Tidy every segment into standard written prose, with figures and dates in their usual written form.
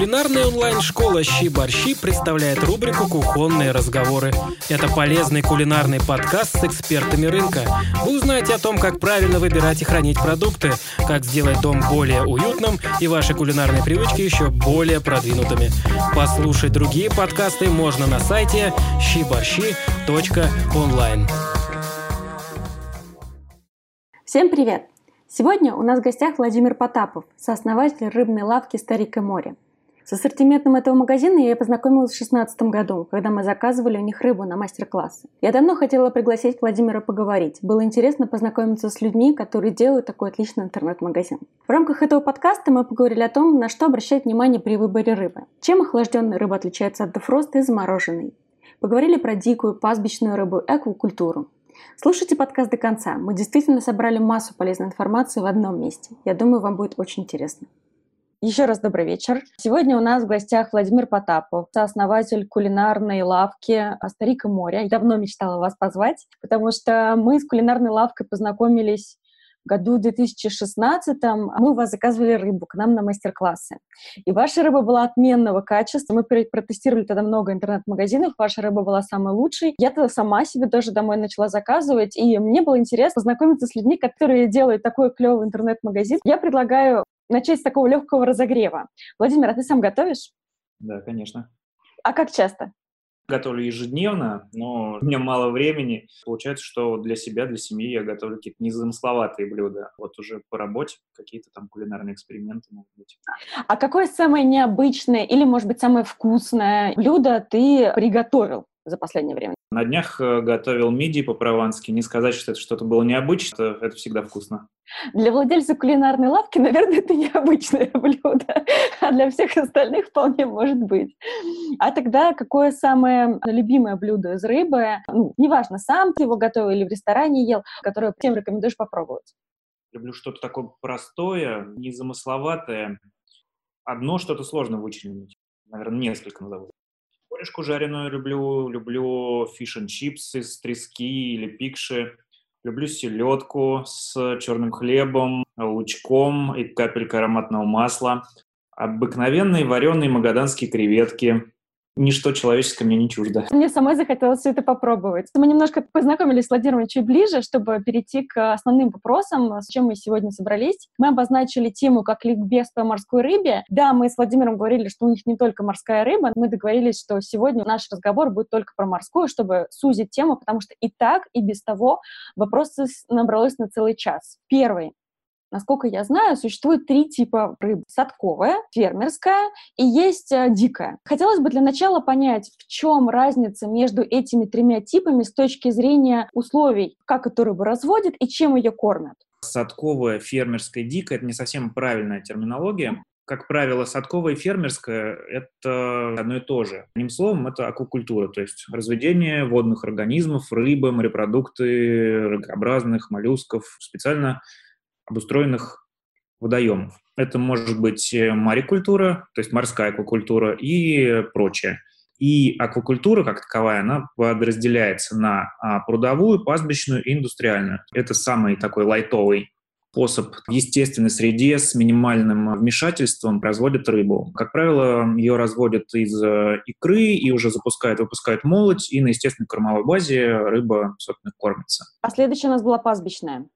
Кулинарная онлайн-школа «Щи-борщи» представляет рубрику «Кухонные разговоры». Это полезный кулинарный подкаст с экспертами рынка. Вы узнаете о том, как правильно выбирать и хранить продукты, как сделать дом более уютным и ваши кулинарные привычки еще более продвинутыми. Послушать другие подкасты можно на сайте щиборщи.онлайн. Всем привет! Сегодня у нас в гостях Владимир Потапов, сооснователь рыбной лавки «Старик и море». С ассортиментом этого магазина я познакомилась в 2016 году, когда мы заказывали у них рыбу на мастер-классы. Я давно хотела пригласить Владимира поговорить. Было интересно познакомиться с людьми, которые делают такой отличный интернет-магазин. В рамках этого подкаста мы поговорили о том, на что обращать внимание при выборе рыбы. Чем охлажденная рыба отличается от дефроста и замороженной. Поговорили про дикую, пастбищную рыбу и аквакультуру. Слушайте подкаст до конца. Мы действительно собрали массу полезной информации в одном месте. Я думаю, вам будет очень интересно. Еще раз добрый вечер. Сегодня у нас в гостях Владимир Потапов, сооснователь кулинарной лавки «Старик и море». Я давно мечтала вас позвать, потому что мы с кулинарной лавкой познакомились в году 2016. Мы у вас заказывали рыбу к нам на мастер-классы. И ваша рыба была отменного качества. Мы протестировали тогда много интернет-магазинов. Ваша рыба была самой лучшей. Я тогда сама себе тоже домой начала заказывать. И мне было интересно познакомиться с людьми, которые делают такой клевый интернет-магазин. Я предлагаю начать с такого легкого разогрева. Владимир, а ты сам готовишь? Да, конечно. А как часто? Готовлю ежедневно, но у меня мало времени. Получается, что для себя, для семьи я готовлю какие-то незамысловатые блюда. Вот уже по работе какие-то там кулинарные эксперименты могут быть. А какое самое необычное или, может быть, самое вкусное блюдо ты приготовил за последнее время? На днях готовил мидии по-провански. Не сказать, что это что-то было необычное, это всегда вкусно. Для владельца кулинарной лавки, наверное, это необычное блюдо, а для всех остальных вполне может быть. А тогда какое самое любимое блюдо из рыбы? Неважно, сам ты его готовил или в ресторане ел, которое всем рекомендуешь попробовать? Люблю что-то такое простое, незамысловатое. Одно что-то сложно вычленить. Наверное, несколько назову. Корешку жареную люблю фиш энд чипсы с трески или пикши. Люблю селедку с черным хлебом, лучком и капелькой ароматного масла. Обыкновенные вареные магаданские креветки. Ничто человеческое мне не чуждо. Мне самой захотелось все это попробовать. Мы немножко познакомились с Владимиром чуть ближе, чтобы перейти к основным вопросам, с чем мы сегодня собрались. Мы обозначили тему как ликбез по морской рыбе. Да, мы с Владимиром говорили, что у них не только морская рыба. Мы договорились, что сегодня наш разговор будет только про морскую, чтобы сузить тему, потому что и так, и без того вопросов набралось на целый час. Первый. Насколько я знаю, существует 3 типа рыбы. Садковая, фермерская и есть дикая. Хотелось бы для начала понять, в чем разница между этими 3 типами с точки зрения условий, как эту рыбу разводят и чем ее кормят. Садковая, фермерская, дикая – это не совсем правильная терминология. Как правило, садковая и фермерская – это одно и то же. Одним словом, это аквакультура, то есть разведение водных организмов, рыбы, морепродукты, ракообразных, моллюсков, специально обустроенных водоемов. Это может быть марикультура, то есть морская аквакультура и прочее. И аквакультура, как таковая, она подразделяется на прудовую, пастбищную и индустриальную. Это самый такой лайтовый способ в естественной среде с минимальным вмешательством разводят рыбу. Как правило, ее разводят из икры и уже выпускают молоть, и на естественной кормовой базе рыба, собственно, кормится. А следующая у нас была пастбищная.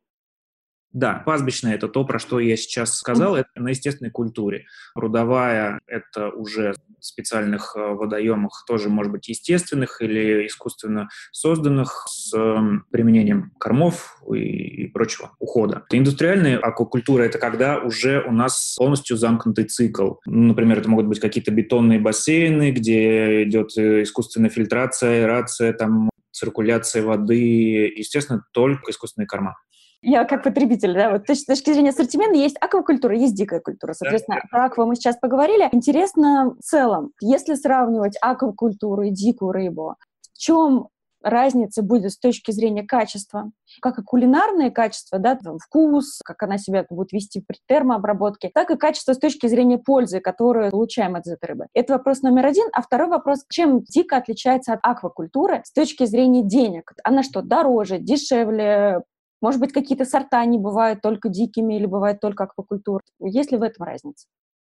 Да, пастбищная – это то, про что я сейчас сказал, это на естественной культуре. Прудовая – это уже в специальных водоемах, тоже, может быть, естественных или искусственно созданных с применением кормов и прочего ухода. Индустриальная аквакультура – это когда уже у нас полностью замкнутый цикл. Например, это могут быть какие-то бетонные бассейны, где идет искусственная фильтрация, аэрация, циркуляция воды, естественно, только искусственные корма. Я как потребитель, да, вот с точки зрения ассортимента есть аквакультура, есть дикая культура. Соответственно, про акву мы сейчас поговорили. Интересно в целом, если сравнивать аквакультуру и дикую рыбу, в чем разница будет с точки зрения качества? Как и кулинарное качество, да, вкус, как она себя будет вести при термообработке, так и качество с точки зрения пользы, которую получаем от этой рыбы. Это вопрос номер 1. А второй вопрос, чем дикая отличается от аквакультуры с точки зрения денег? Она что, дороже, дешевле? Может быть, какие-то сорта не бывают только дикими или бывают только аквакультуры. Есть ли в этом разница?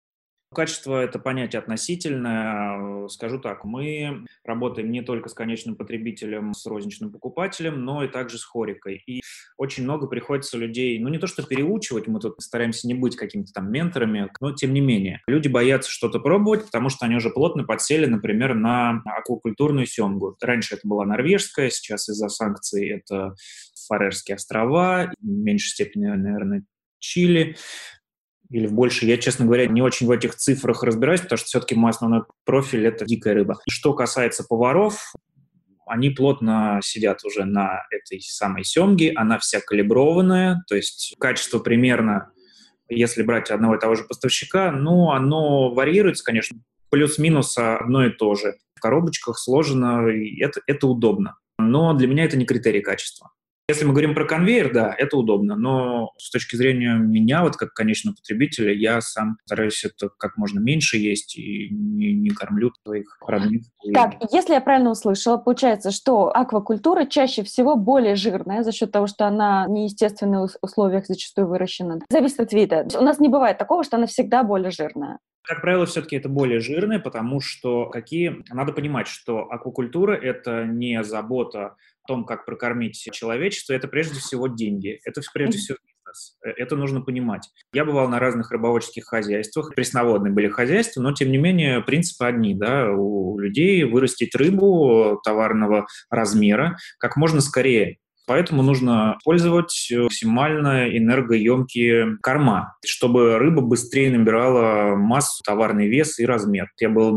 Качество – это понятие относительное. Скажу так, мы работаем не только с конечным потребителем, с розничным покупателем, но и также с хорикой. И очень много приходится людей, ну не то что переучивать, мы тут стараемся не быть какими-то там менторами, но тем не менее. Люди боятся что-то пробовать, потому что они уже плотно подсели, например, на аквакультурную семгу. Раньше это была норвежская, сейчас из-за санкций это Фарерские острова, в меньшей степени, наверное, Чили. Или в больше. Я, честно говоря, не очень в этих цифрах разбираюсь, потому что все-таки мой основной профиль – это дикая рыба. Что касается поваров, они плотно сидят уже на этой самой семге, она вся калиброванная, то есть качество примерно, если брать одного и того же поставщика, ну, оно варьируется, конечно, плюс-минус одно и то же. В коробочках сложено, и это удобно. Но для меня это не критерий качества. Если мы говорим про конвейер, да, это удобно, но с точки зрения меня, вот как конечного потребителя, я сам стараюсь это как можно меньше есть и не кормлю своих родных. Так, если я правильно услышала, получается, что аквакультура чаще всего более жирная за счет того, что она в неестественных условиях зачастую выращена. Зависит от вида. У нас не бывает такого, что она всегда более жирная. Как правило, все-таки это более жирное, потому что надо понимать, что аквакультура – это не забота о том, как прокормить человечество, это прежде всего деньги, это прежде всего бизнес. Это нужно понимать. Я бывал на разных рыбоводческих хозяйствах, пресноводные были хозяйства, но, тем не менее, принципы одни. Да? У людей вырастить рыбу товарного размера как можно скорее. Поэтому нужно использовать максимально энергоемкие корма, чтобы рыба быстрее набирала массу, товарный вес и размер. Я был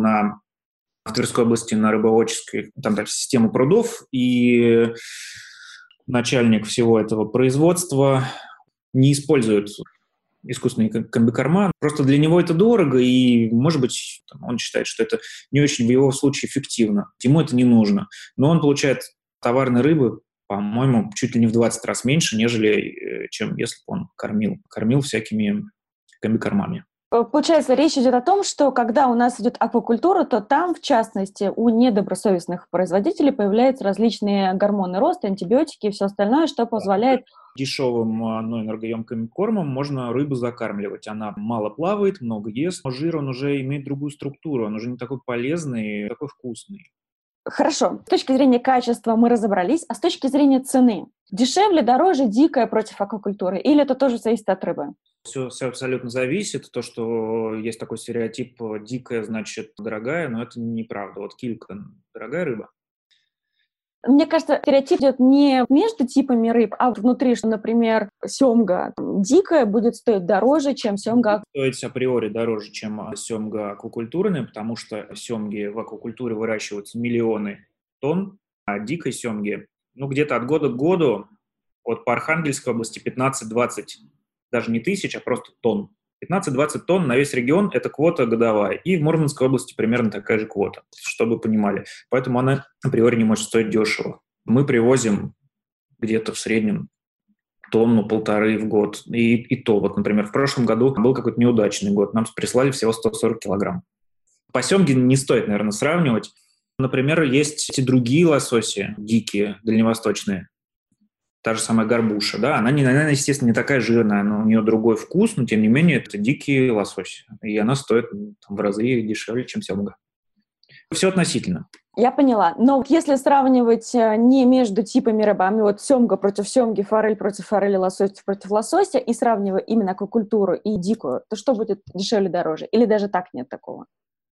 в Тверской области на рыбоводческой, там система прудов, и начальник всего этого производства не использует искусственные комбикорма. Просто для него это дорого, и, может быть, он считает, что это не очень в его случае эффективно. Ему это не нужно. Но он получает товарной рыбы, по-моему, чуть ли не в 20 раз меньше, нежели чем если бы он кормил всякими комбикормами. Получается, речь идет о том, что когда у нас идет аквакультура, то там, в частности, у недобросовестных производителей появляются различные гормоны роста, антибиотики и все остальное, что позволяет... Дешевым, но энергоемким кормом можно рыбу закармливать. Она мало плавает, много ест, но жир он уже имеет другую структуру, он уже не такой полезный, такой вкусный. Хорошо, с точки зрения качества мы разобрались, а с точки зрения цены? Дешевле, дороже, дикая против аквакультуры? Или это тоже зависит от рыбы? Все абсолютно зависит. То, что есть такой стереотип «дикая, значит, дорогая», но это неправда. Вот килька – дорогая рыба. Мне кажется, стереотип идет не между типами рыб, а внутри, что, например, семга дикая будет стоить дороже, чем семга... Стоить априори дороже, чем семга аквакультурная, потому что семги в аквакультуре выращиваются миллионы тонн, а дикой семги, где-то от года к году, вот по Архангельской области 15-20, даже не тысяч, а просто тонн. 15-20 тонн на весь регион – это квота годовая. И в Мурманской области примерно такая же квота, чтобы вы понимали. Поэтому она априори не может стоить дешево. Мы привозим где-то в среднем тонну-полторы в год. И то, вот, например, в прошлом году был какой-то неудачный год. Нам прислали всего 140 килограмм. По семге не стоит, наверное, сравнивать. Например, есть эти другие лососи, дикие, дальневосточные. Та же самая горбуша, да, она, естественно, не такая жирная, но у нее другой вкус, но, тем не менее, это дикий лосось, и она стоит в разы дешевле, чем семга. Все относительно. Я поняла. Но если сравнивать не между типами рыбами, вот семга против семги, форель против форели, лосось против лосося, и сравнивая именно аквакультуру и дикую, то что будет дешевле, дороже? Или даже так нет такого?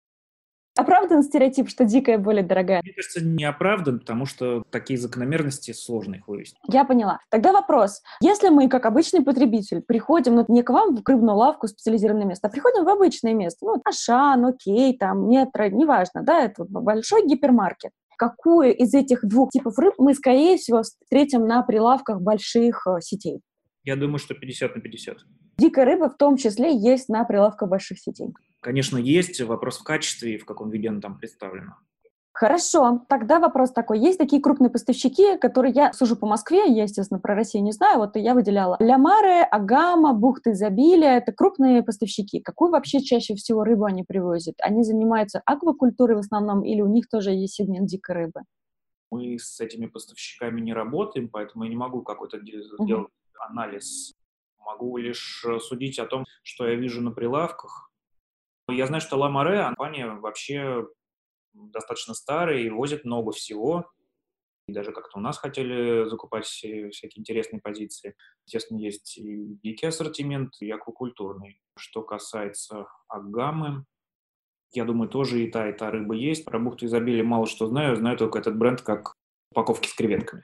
Оправдан стереотип, что дикая более дорогая? Мне кажется, не оправдан, потому что такие закономерности сложно их вывести. Я поняла. Тогда вопрос. Если мы, как обычный потребитель, приходим не к вам в рыбную лавку, специализированное место, а приходим в обычное место, Ашан, Окей, там, Метро, неважно, да, это большой гипермаркет. Какую из этих двух типов рыб мы, скорее всего, встретим на прилавках больших сетей? Я думаю, что 50 на 50. Дикая рыба в том числе есть на прилавках больших сетей. Конечно, есть вопрос в качестве и в каком виде она там представлена. Хорошо, тогда вопрос такой. Есть такие крупные поставщики, которые я сужу по Москве, я, естественно, про Россию не знаю, вот я выделяла. Лямары, Агама, Бухты Изобилия — это крупные поставщики. Какую вообще чаще всего рыбу они привозят? Они занимаются аквакультурой в основном или у них тоже есть сегмент дикой рыбы? Мы с этими поставщиками не работаем, поэтому я не могу какой-то делать анализ. Могу лишь судить о том, что я вижу на прилавках. Я знаю, что Ла Море, компания вообще достаточно старая и возит много всего. И даже как-то у нас хотели закупать всякие интересные позиции. Естественно, есть и дикий ассортимент, и аквакультурный. Что касается агамы, я думаю, тоже и та рыба есть. Про бухту изобилия мало что знаю. Знаю только этот бренд как упаковки с креветками.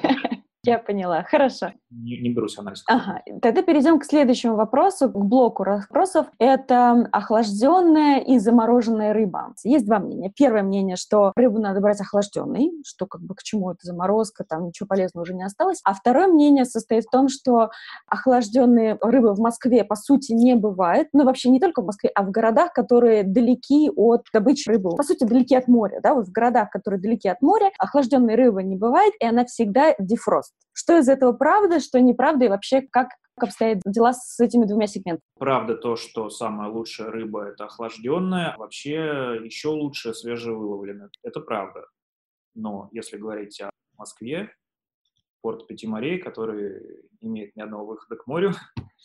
Я поняла, хорошо. Не берусь анализ. Ага, тогда перейдем к следующему вопросу, к блоку вопросов. Это охлажденная и замороженная рыба. Есть два мнения. Первое мнение, что рыбу надо брать охлажденной, что как бы к чему эта заморозка, там ничего полезного уже не осталось. А второе мнение состоит в том, что охлажденные рыбы в Москве по сути не бывает. Ну, вообще не только в Москве, а в городах, которые далеки от добычи рыбы. По сути, далеки от моря, да, вот в городах, которые далеки от моря, охлажденной рыбы не бывает, и она всегда дефрост. Что из этого правда, что неправда, и вообще как обстоят дела с этими двумя сегментами? Правда то, что самая лучшая рыба – это охлажденная, вообще еще лучше свежевыловленная. Это правда. Но если говорить о Москве, порт Пяти морей, который не имеет ни одного выхода к морю,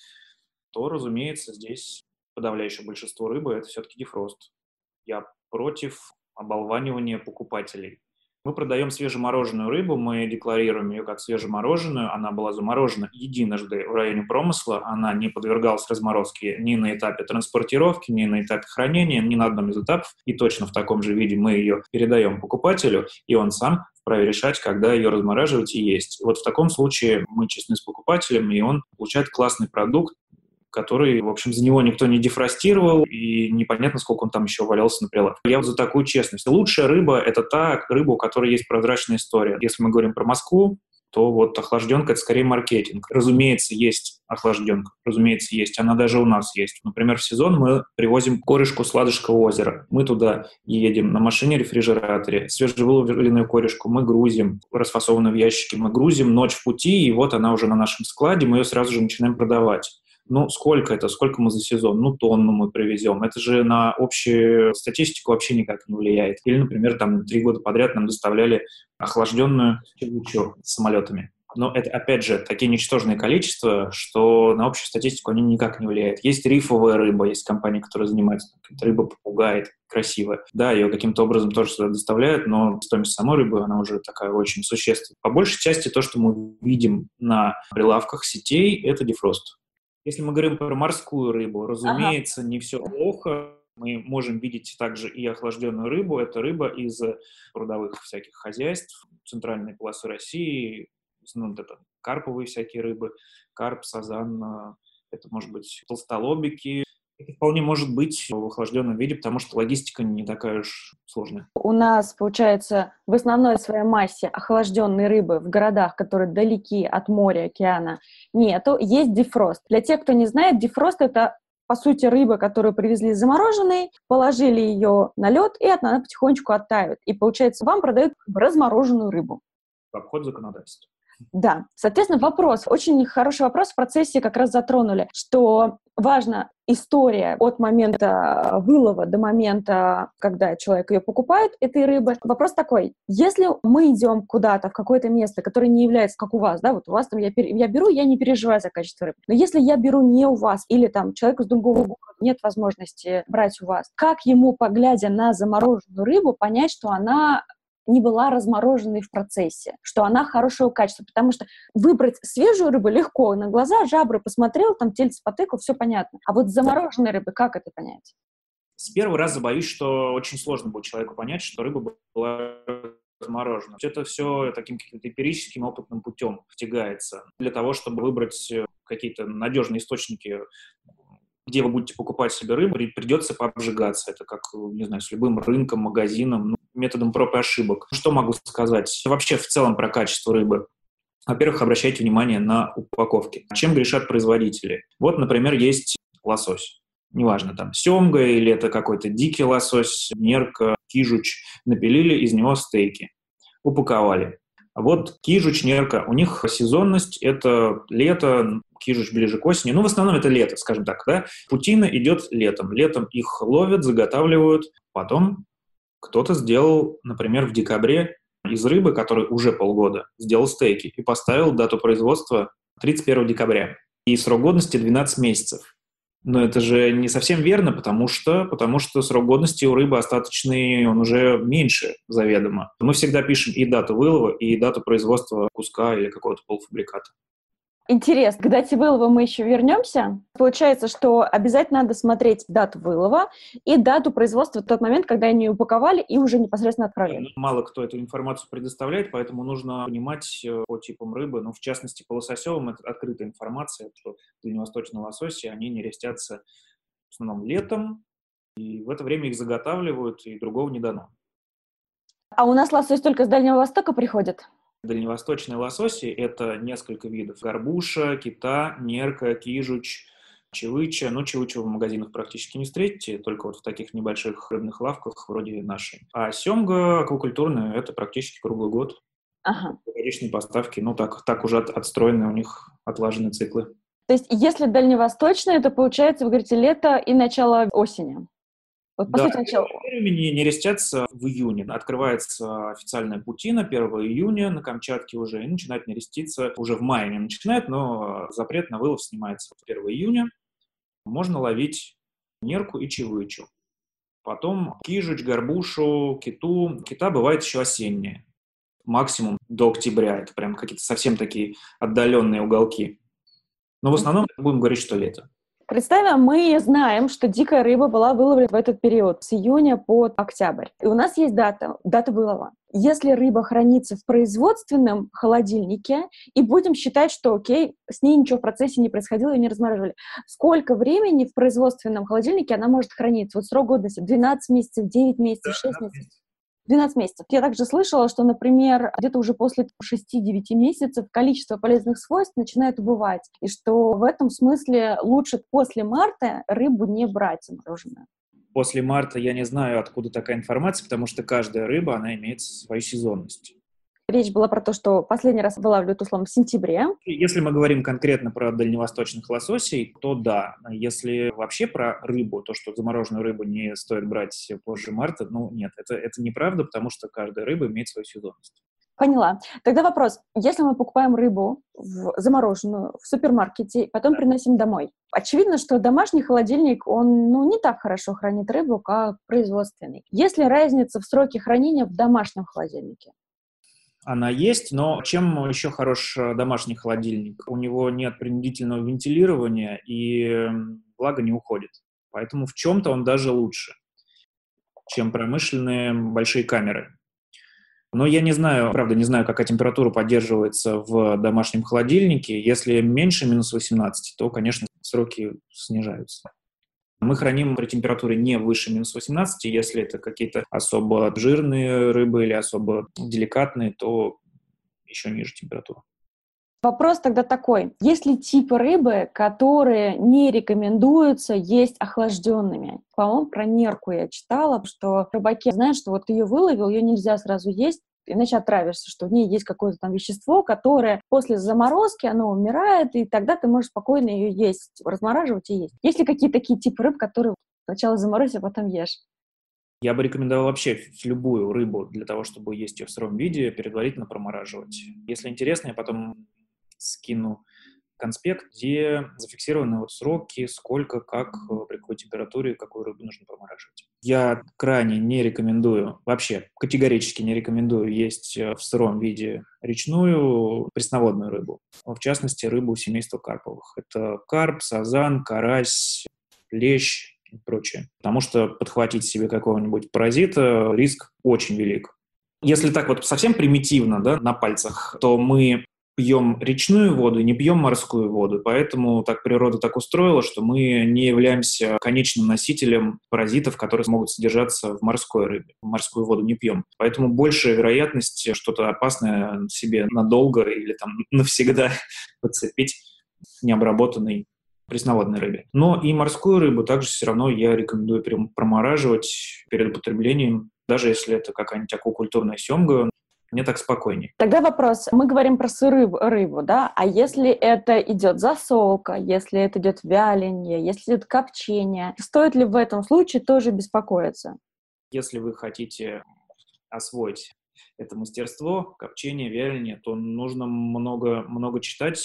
то, разумеется, здесь подавляющее большинство рыбы – это все-таки дефрост. Я против оболванивания покупателей. Мы продаем свежемороженую рыбу, мы декларируем ее как свежемороженую. Она была заморожена единожды в районе промысла, она не подвергалась разморозке ни на этапе транспортировки, ни на этапе хранения, ни на одном из этапов. И точно в таком же виде мы ее передаем покупателю, и он сам вправе решать, когда ее размораживать и есть. Вот в таком случае мы честны с покупателем, и он получает классный продукт, который, в общем, за него никто не дефростировал, и непонятно, сколько он там еще валялся на прилавке. Я вот за такую честность. Лучшая рыба – это та рыба, у которой есть прозрачная история. Если мы говорим про Москву, то вот охлажденка – это скорее маркетинг. Разумеется, есть охлажденка. Разумеется, есть. Она даже у нас есть. Например, в сезон мы привозим корешку с Ладожского озера. Мы туда едем на машине-рефрижераторе. Свежевыловленную корешку мы грузим, расфасованную в ящики мы грузим, ночь в пути, и вот она уже на нашем складе, мы ее сразу же начинаем продавать. Ну, сколько это? Сколько мы за сезон? Ну, тонну мы привезем. Это же на общую статистику вообще никак не влияет. Или, например, там 3 года подряд нам доставляли охлажденную челучу самолетами. Но это, опять же, такие ничтожные количества, что на общую статистику они никак не влияют. Есть рифовая рыба, есть компания, которая занимается, рыба попугает, красивая. Да, ее каким-то образом тоже сюда доставляют, но стоимость самой рыбы, она уже такая очень существенная. По большей части то, что мы видим на прилавках сетей, это дефрост. Если мы говорим про морскую рыбу, разумеется, не все плохо. Мы можем видеть также и охлажденную рыбу. Это рыба из прудовых всяких хозяйств центральной полосы России. Ну, это карповые всякие рыбы, карп, сазан, это, может быть, толстолобики. Это вполне может быть в охлажденном виде, потому что логистика не такая уж сложная. У нас, получается, в основной своей массе охлажденной рыбы в городах, которые далеки от моря, океана, нету. Есть дефрост. Для тех, кто не знает, дефрост — это, по сути, рыба, которую привезли замороженной, положили ее на лед, и она потихонечку оттает. И, получается, вам продают размороженную рыбу. В обход законодательства. Да. Соответственно, вопрос, очень хороший вопрос в процессе как раз затронули, что важна история от момента вылова до момента, когда человек ее покупает, этой рыбы. Вопрос такой, если мы идем куда-то в какое-то место, которое не является, как у вас, да, вот у вас там я беру, я не переживаю за качество рыбы. Но если я беру не у вас, или там человеку с другого города нет возможности брать у вас, как ему, поглядя на замороженную рыбу, понять, что она не была размороженной в процессе, что она хорошего качества, потому что выбрать свежую рыбу легко, на глаза жабры посмотрел, там тельце потыкал, все понятно. А вот с замороженной рыбой как это понять? С первого раза боюсь, что очень сложно будет человеку понять, что рыба была заморожена. Это все таким каким-то эмпирическим опытным путем втягается. Для того, чтобы выбрать какие-то надежные источники, где вы будете покупать себе рыбу, придется пообжигаться. Это как, не знаю, с любым рынком, магазином, методом проб и ошибок. Что могу сказать? Вообще в целом про качество рыбы. Во-первых, обращайте внимание на упаковки. Чем грешат производители? Вот, например, есть лосось. Неважно, там, семга или это какой-то дикий лосось, нерка, кижуч. Напилили из него стейки. Упаковали. А вот кижуч, нерка, у них сезонность – это лето, кижуч ближе к осени. Ну, в основном это лето, скажем так, да. Путина идет летом. Летом их ловят, заготавливают. Потом кто-то сделал, например, в декабре из рыбы, который уже полгода, сделал стейки и поставил дату производства 31 декабря. И срок годности 12 месяцев. Но это же не совсем верно, потому что срок годности у рыбы остаточный, он уже меньше заведомо. Мы всегда пишем и дату вылова, и дату производства куска или какого-то полуфабриката. Интересно, к дате вылова мы еще вернемся. Получается, что обязательно надо смотреть дату вылова и дату производства в тот момент, когда они упаковали и уже непосредственно отправили. Мало кто эту информацию предоставляет, поэтому нужно понимать по типам рыбы. Ну, в частности, по лососевым это открытая информация, что дальневосточные лососи, они нерестятся в основном летом, и в это время их заготавливают, и другого не дано. А у нас лосось только с Дальнего Востока приходит? Дальневосточные лососи – это несколько видов. Горбуша, кита, нерка, кижуч, чевыча. Но чевыча в магазинах практически не встретите, только вот в таких небольших рыбных лавках вроде нашей. А семга аквакультурная – это практически круглый год. Ага. Годичные поставки, ну так уже отстроены у них отлажены циклы. То есть если дальневосточные, то получается, вы говорите, лето и начало осени. Вот, по Да, сути, начало. первыми нерестятся в июне. Открывается официальная путина 1 июня на Камчатке уже, и начинает нереститься. Уже в мае не начинает, но запрет на вылов снимается 1 июня. Можно ловить нерку и чевычу. Потом кижуч, горбушу, киту. Кита бывает еще осенняя. Максимум до октября. Это прям какие-то совсем такие отдаленные уголки. Но в основном будем говорить, что лето. Представим, мы знаем, что дикая рыба была выловлена в этот период, с июня по октябрь. И у нас есть дата вылова. Если рыба хранится в производственном холодильнике, и будем считать, что окей, с ней ничего в процессе не происходило, ее не размораживали, сколько времени в производственном холодильнике она может храниться? Вот срок годности 12 месяцев, 9 месяцев, 6 месяцев. 12 месяцев. Я также слышала, что, например, где-то уже после 6-9 месяцев количество полезных свойств начинает убывать, и что в этом смысле лучше после марта рыбу не брать замороженную. После марта я не знаю, откуда такая информация, потому что каждая рыба, она имеет свою сезонность. Речь была про то, что последний раз вылавливают, условно, в сентябре. Если мы говорим конкретно про дальневосточных лососей, то да. Если вообще про рыбу, то, что замороженную рыбу не стоит брать позже марта, ну нет, это неправда, потому что каждая рыба имеет свою сезонность. Поняла. Тогда вопрос. Если мы покупаем рыбу замороженную в супермаркете, потом приносим домой, очевидно, что домашний холодильник, он не так хорошо хранит рыбу, как производственный. Есть ли разница в сроке хранения в домашнем холодильнике? Она есть, но чем еще хорош домашний холодильник? У него нет принудительного вентилирования, и влага не уходит. Поэтому в чем-то он даже лучше, чем промышленные большие камеры. Но я не знаю, правда, не знаю, какая температура поддерживается в домашнем холодильнике. Если меньше минус 18, то, конечно, сроки снижаются. Мы храним при температуре не выше минус 18. Если это какие-то особо жирные рыбы или особо деликатные, то еще ниже температура. Вопрос тогда такой. Есть ли типы рыбы, которые не рекомендуются есть охлажденными? По-моему, про нерку я читала, что рыбаки знают, что вот ты ее выловил, ее нельзя сразу есть, иначе отравишься, что в ней есть какое-то там вещество, которое после заморозки, оно умирает, и тогда ты можешь спокойно ее есть, размораживать и есть. Есть ли какие-то такие типы рыб, которые сначала заморозишь, а потом ешь? Я бы рекомендовал вообще любую рыбу для того, чтобы есть ее в сыром виде, предварительно промораживать. Если интересно, я потом скину конспект, где зафиксированы сроки, сколько, как, при какой температуре, какую рыбу нужно промораживать. Я крайне не рекомендую, вообще категорически не рекомендую есть в сыром виде речную пресноводную рыбу. В частности, рыбу семейства карповых. Это карп, сазан, карась, лещ и прочее. Потому что подхватить себе какого-нибудь паразита риск очень велик. Если так вот совсем примитивно, да, на пальцах, то мы пьем речную воду и не пьем морскую воду. Поэтому так природа так устроила, что мы не являемся конечным носителем паразитов, которые могут содержаться в морской рыбе. Морскую воду не пьем. Поэтому большая вероятность что-то опасное себе надолго или там навсегда подцепить необработанной пресноводной рыбе. Но и морскую рыбу также все равно я рекомендую промораживать перед употреблением, даже если это какая-нибудь аквакультурная семга. Мне так спокойнее. Тогда вопрос. Мы говорим про сырую рыбу, да? А если это идет засолка, если это идет вяление, если идет копчение, стоит ли в этом случае тоже беспокоиться? Если вы хотите освоить это мастерство, копчение, вяление, то нужно много читать,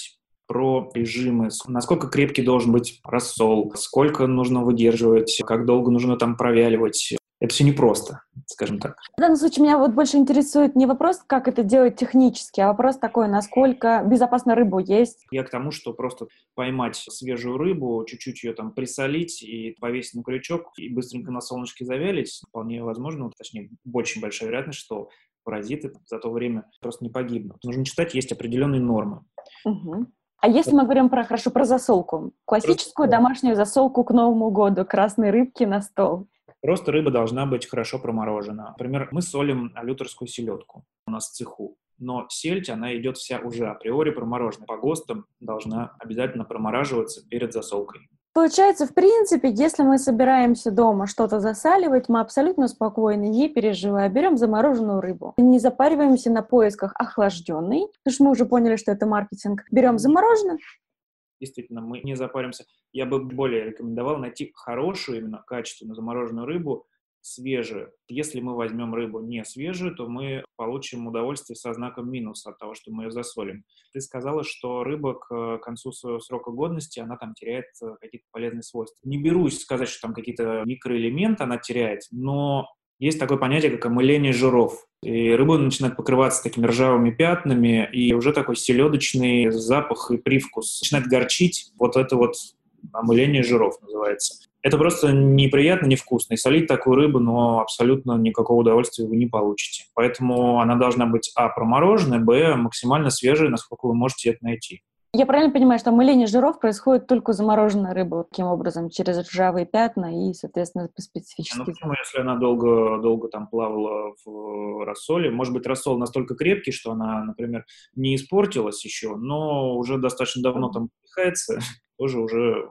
про режимы, насколько крепкий должен быть рассол, сколько нужно выдерживать, как долго нужно там провяливать. Это все непросто, скажем так. В данном случае меня вот больше интересует не вопрос, как это делать технически, а вопрос такой, насколько безопасно рыбу есть. Я к тому, что просто поймать свежую рыбу, чуть-чуть ее там присолить и повесить на крючок и быстренько на солнышке завялить, вполне возможно, точнее, очень большая вероятность, что паразиты за то время просто не погибнут. Нужно читать, есть определенные нормы. Угу. А если мы говорим про засолку? Классическую домашнюю засолку к Новому году, красной рыбки на стол. Просто рыба должна быть хорошо проморожена. Например, мы солим алюторскую селедку у нас в цеху, но сельдь, она идет вся уже априори промороженная. По ГОСТам должна обязательно промораживаться перед засолкой. Получается, в принципе, если мы собираемся дома что-то засаливать, мы абсолютно спокойно, не переживая, берем замороженную рыбу. Не запариваемся на поисках охлажденной, потому что мы уже поняли, что это маркетинг. Берем замороженную. Действительно, мы не запаримся. Я бы более рекомендовал найти хорошую, именно качественную замороженную рыбу, свежую. Если мы возьмем рыбу не свежую, то мы получим удовольствие со знаком минус от того, что мы ее засолим. Ты сказала, что рыба к концу своего срока годности, она там теряет какие-то полезные свойства. Не берусь сказать, что там какие-то микроэлементы она теряет, но есть такое понятие, как омыление жиров. И рыба начинает покрываться такими ржавыми пятнами, и уже такой селедочный запах и привкус. Начинает горчить. Вот это вот омыление жиров называется. Это просто неприятно, невкусно. И солить такую рыбу, но абсолютно никакого удовольствия вы не получите. Поэтому она должна быть промороженная, максимально свежая, насколько вы можете это найти. Я правильно понимаю, что омыление жиров происходит только у замороженной рыбы, таким образом, через ржавые пятна и, соответственно, по специфически. Почему, если она долго там плавала в рассоле, может быть, рассол настолько крепкий, что она, например, не испортилась еще, но уже достаточно давно там пихается, тоже уже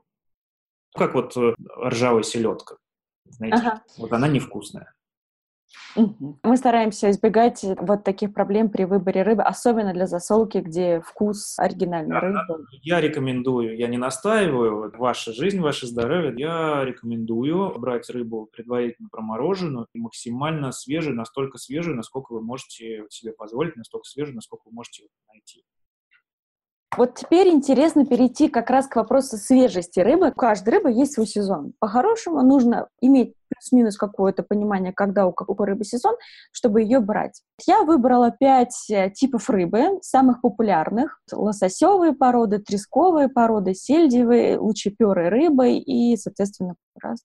как вот ржавая селедка, знаете, вот она невкусная. Мы стараемся избегать вот таких проблем при выборе рыбы, особенно для засолки, где вкус оригинальной рыбы. Я рекомендую, я не настаиваю, ваша жизнь, ваше здоровье, я рекомендую брать рыбу предварительно промороженную, максимально свежую, настолько свежую, насколько вы можете себе позволить, настолько свежую, насколько вы можете найти. Вот теперь интересно перейти как раз к вопросу свежести рыбы. У каждой рыбы есть свой сезон. По-хорошему нужно иметь плюс-минус какое-то понимание, когда у какой рыбы сезон, чтобы ее брать. Я выбрала 5 типов рыбы, самых популярных. Лососевые породы, тресковые породы, сельдевые, лучеперые рыбы и, соответственно,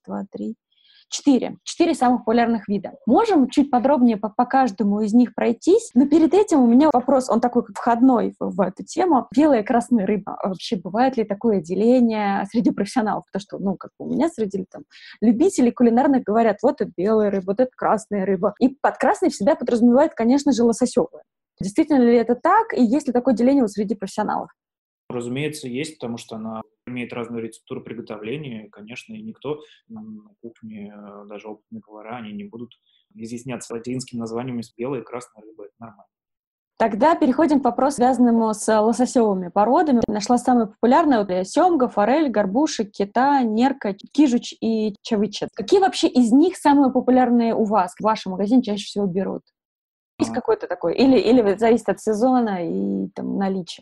4 самых популярных вида. Можем чуть подробнее по каждому из них пройтись, но перед этим у меня вопрос, он такой как входной в эту тему. Белая и красная рыба. Вообще бывает ли такое деление среди профессионалов? Потому что, как у меня среди любителей кулинарных говорят, вот это белая рыба, вот это красная рыба. И под красной всегда подразумевает, конечно же, лососевая. Действительно ли это так? И есть ли такое деление среди профессионалов? Разумеется, есть, потому что она имеет разную рецептуру приготовления, конечно, и никто на кухне, даже опытные повара, они не будут изъясняться латинскими названиями с белой и красной рыбой, это нормально. Тогда переходим к вопросу, связанному с лососевыми породами. Нашла самые популярные семга, форель, горбушек, кита, нерка, кижуч и чавыча. Какие вообще из них самые популярные у вас? В вашем магазине чаще всего берут? Есть какой-то такой? Или зависит от сезона и наличия?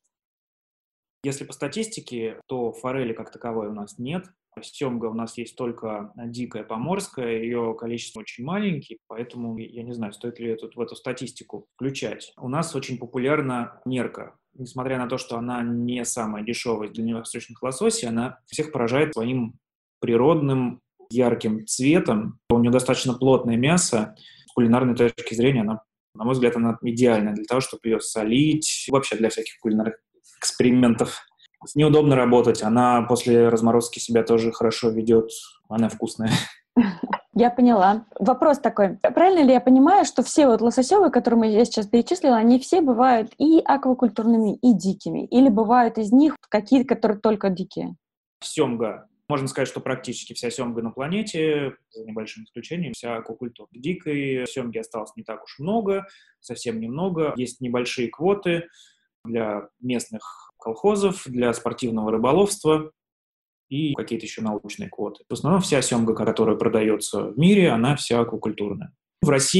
Если по статистике, то форели как таковой у нас нет. Семга у нас есть только дикая поморская, ее количество очень маленькое, поэтому я не знаю, стоит ли в эту статистику включать. У нас очень популярна нерка. Несмотря на то, что она не самая дешевая из дальневосточных лососей, она всех поражает своим природным ярким цветом. У нее достаточно плотное мясо. С кулинарной точки зрения, она, на мой взгляд, она идеальна для того, чтобы ее солить, вообще для всяких кулинарных экспериментов. С ней удобно работать, она после разморозки себя тоже хорошо ведет, она вкусная. Я поняла. Вопрос такой. Правильно ли я понимаю, что все лососевые, которые я сейчас перечислила, они все бывают и аквакультурными, и дикими? Или бывают из них какие-то, которые только дикие? Семга. Можно сказать, что практически вся семга на планете, за небольшим исключением, вся аквакультура. Дикой семги осталось не так уж много, совсем немного. Есть небольшие квоты для местных колхозов, для спортивного рыболовства и какие-то еще научные квоты. В основном вся семга, которая продается в мире, она вся аквакультурная. В России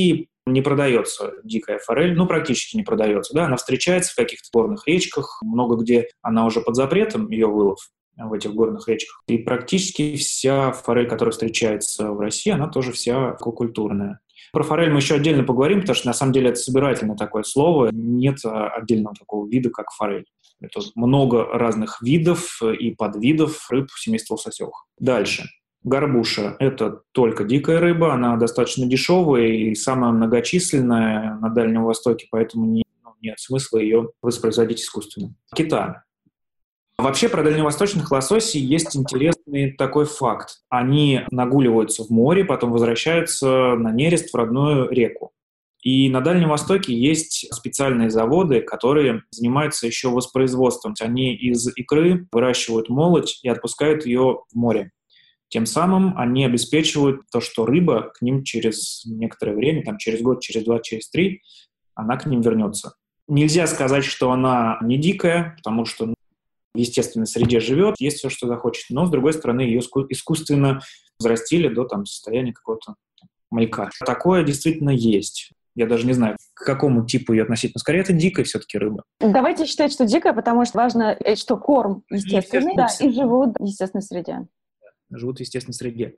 Не продается дикая форель, практически не продается, да, она встречается в каких-то горных речках, много где она уже под запретом, ее вылов в этих горных речках, и практически вся форель, которая встречается в России, она тоже вся аквакультурная. Про форель мы еще отдельно поговорим, потому что на самом деле это собирательное такое слово, нет отдельного такого вида, как форель. Это много разных видов и подвидов рыб семейства лососевых. Дальше. Горбуша – это только дикая рыба, она достаточно дешевая и самая многочисленная на Дальнем Востоке, поэтому нет смысла ее воспроизводить искусственно. Кита. Вообще про дальневосточных лососей есть интересный такой факт. Они нагуливаются в море, потом возвращаются на нерест в родную реку. И на Дальнем Востоке есть специальные заводы, которые занимаются еще воспроизводством. Они из икры выращивают молоть и отпускают ее в море. Тем самым они обеспечивают то, что рыба к ним через некоторое время, через год, через 2, через 3, она к ним вернется. Нельзя сказать, что она не дикая, потому что в естественной среде живет, есть все, что захочет. Но, с другой стороны, ее искусственно взрастили до состояния какого-то малька. Такое действительно есть. Я даже не знаю, к какому типу ее относительно. Скорее, это дикая все-таки рыба. Давайте считать, что дикая, потому что важно, что корм естественный, и живут в естественной среде. Живут в естественной среде.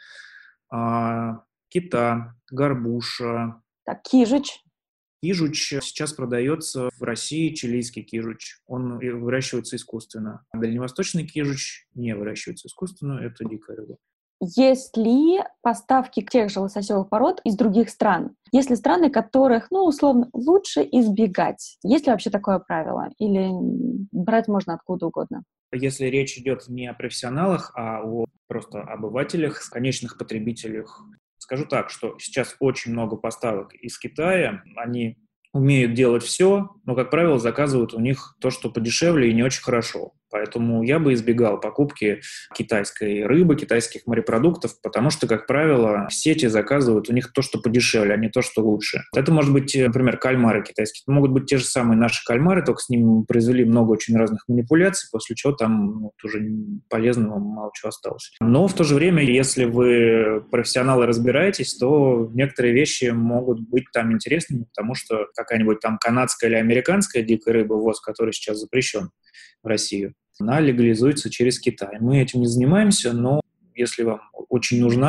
Кита, горбуша. Так, кижуч. Кижуч сейчас продается в России, чилийский кижуч. Он выращивается искусственно. А дальневосточный кижуч не выращивается искусственно, это дикая рыба. Есть ли поставки тех же лососевых пород из других стран? Есть ли страны, которых, условно, лучше избегать? Есть ли вообще такое правило? Или брать можно откуда угодно? Если речь идет не о профессионалах, а о просто обывателях, конечных потребителях, скажу так, что сейчас очень много поставок из Китая. Они умеют делать все, но, как правило, заказывают у них то, что подешевле и не очень хорошо. Поэтому я бы избегал покупки китайской рыбы, китайских морепродуктов, потому что, как правило, сети заказывают у них то, что подешевле, а не то, что лучше. Это может быть, например, кальмары китайские. Это могут быть те же самые наши кальмары, только с ними произвели много очень разных манипуляций, после чего там уже полезного мало чего осталось. Но в то же время, если вы профессионалы разбираетесь, то некоторые вещи могут быть там интересными, потому что какая-нибудь там канадская или американская дикая рыба, ввоз которой сейчас запрещен в Россию, она легализуется через Китай. Мы этим не занимаемся, но если вам очень нужна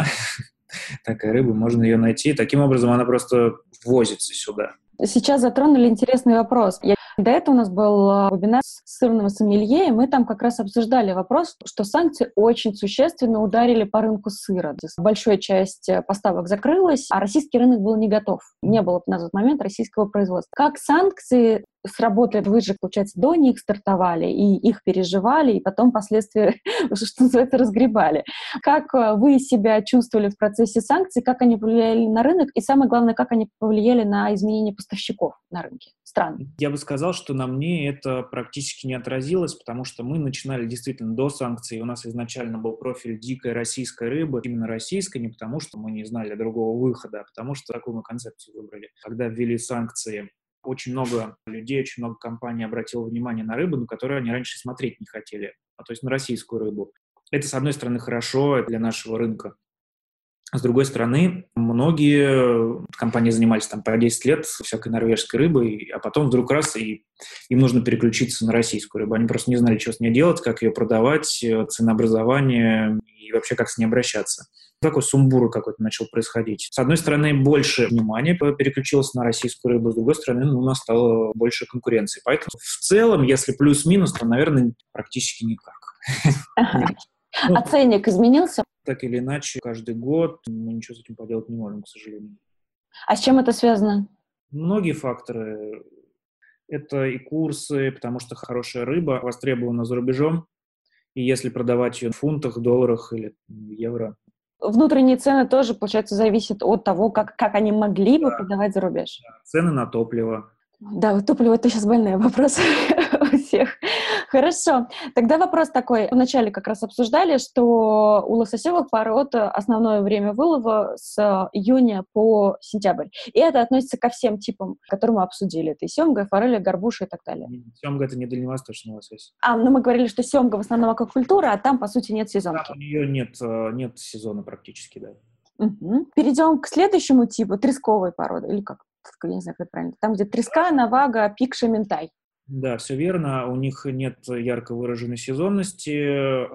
такая рыба, можно ее найти. Таким образом, она просто ввозится сюда. Сейчас затронули интересный вопрос. До этого у нас был вебинар с сырного сомелье, и мы там как раз обсуждали вопрос, что санкции очень существенно ударили по рынку сыра. Большая часть поставок закрылась, а российский рынок был не готов. Не было на тот момент российского производства. Как санкции сработали? Вы же, получается, до них стартовали, и их переживали, и потом последствия, что называется, разгребали. Как вы себя чувствовали в процессе санкций, как они повлияли на рынок, и самое главное, как они повлияли на изменение поставщиков на рынке стран? Я бы сказал, что на мне это практически не отразилось, потому что мы начинали действительно до санкций. У нас изначально был профиль дикой российской рыбы, именно российской, не потому что мы не знали другого выхода, а потому что такую мы концепцию выбрали. Когда ввели санкции, очень много людей, очень много компаний обратило внимание на рыбу, на которую они раньше смотреть не хотели, то есть на российскую рыбу. Это, с одной стороны, хорошо для нашего рынка. С другой стороны, многие компании занимались там по 10 лет всякой норвежской рыбой, а потом вдруг раз, и им нужно переключиться на российскую рыбу. Они просто не знали, что с ней делать, как ее продавать, ценообразование и вообще как с ней обращаться. Такой сумбур какой-то начал происходить. С одной стороны, больше внимания переключилось на российскую рыбу, с другой стороны, у нас стало больше конкуренции. Поэтому в целом, если плюс-минус, то, наверное, практически никак. А ценник изменился? Так или иначе, каждый год мы ничего с этим поделать не можем, к сожалению. А с чем это связано? Многие факторы. Это и курсы, потому что хорошая рыба востребована за рубежом, и если продавать ее в фунтах, долларах или евро. Внутренние цены тоже, получается, зависят от того, как они могли бы продавать за рубеж. Цены на топливо. Да, вот топливо — это сейчас больной вопрос у всех. Хорошо. Тогда вопрос такой. Вначале как раз обсуждали, что у лососевых пород основное время вылова с июня по сентябрь. И это относится ко всем типам, которые мы обсудили. Это и семга, и форель, и горбуша и так далее. Семга — это не дальневосточный лосось. Мы говорили, что семга в основном аквакультура, а там, по сути, нет сезонки. Там у нее нет сезона практически, да. Угу. Перейдем к следующему типу, тресковой породы, или как? я не знаю, как это правильно, там, где треска, навага, пикша, минтай. Да, все верно. У них нет ярко выраженной сезонности.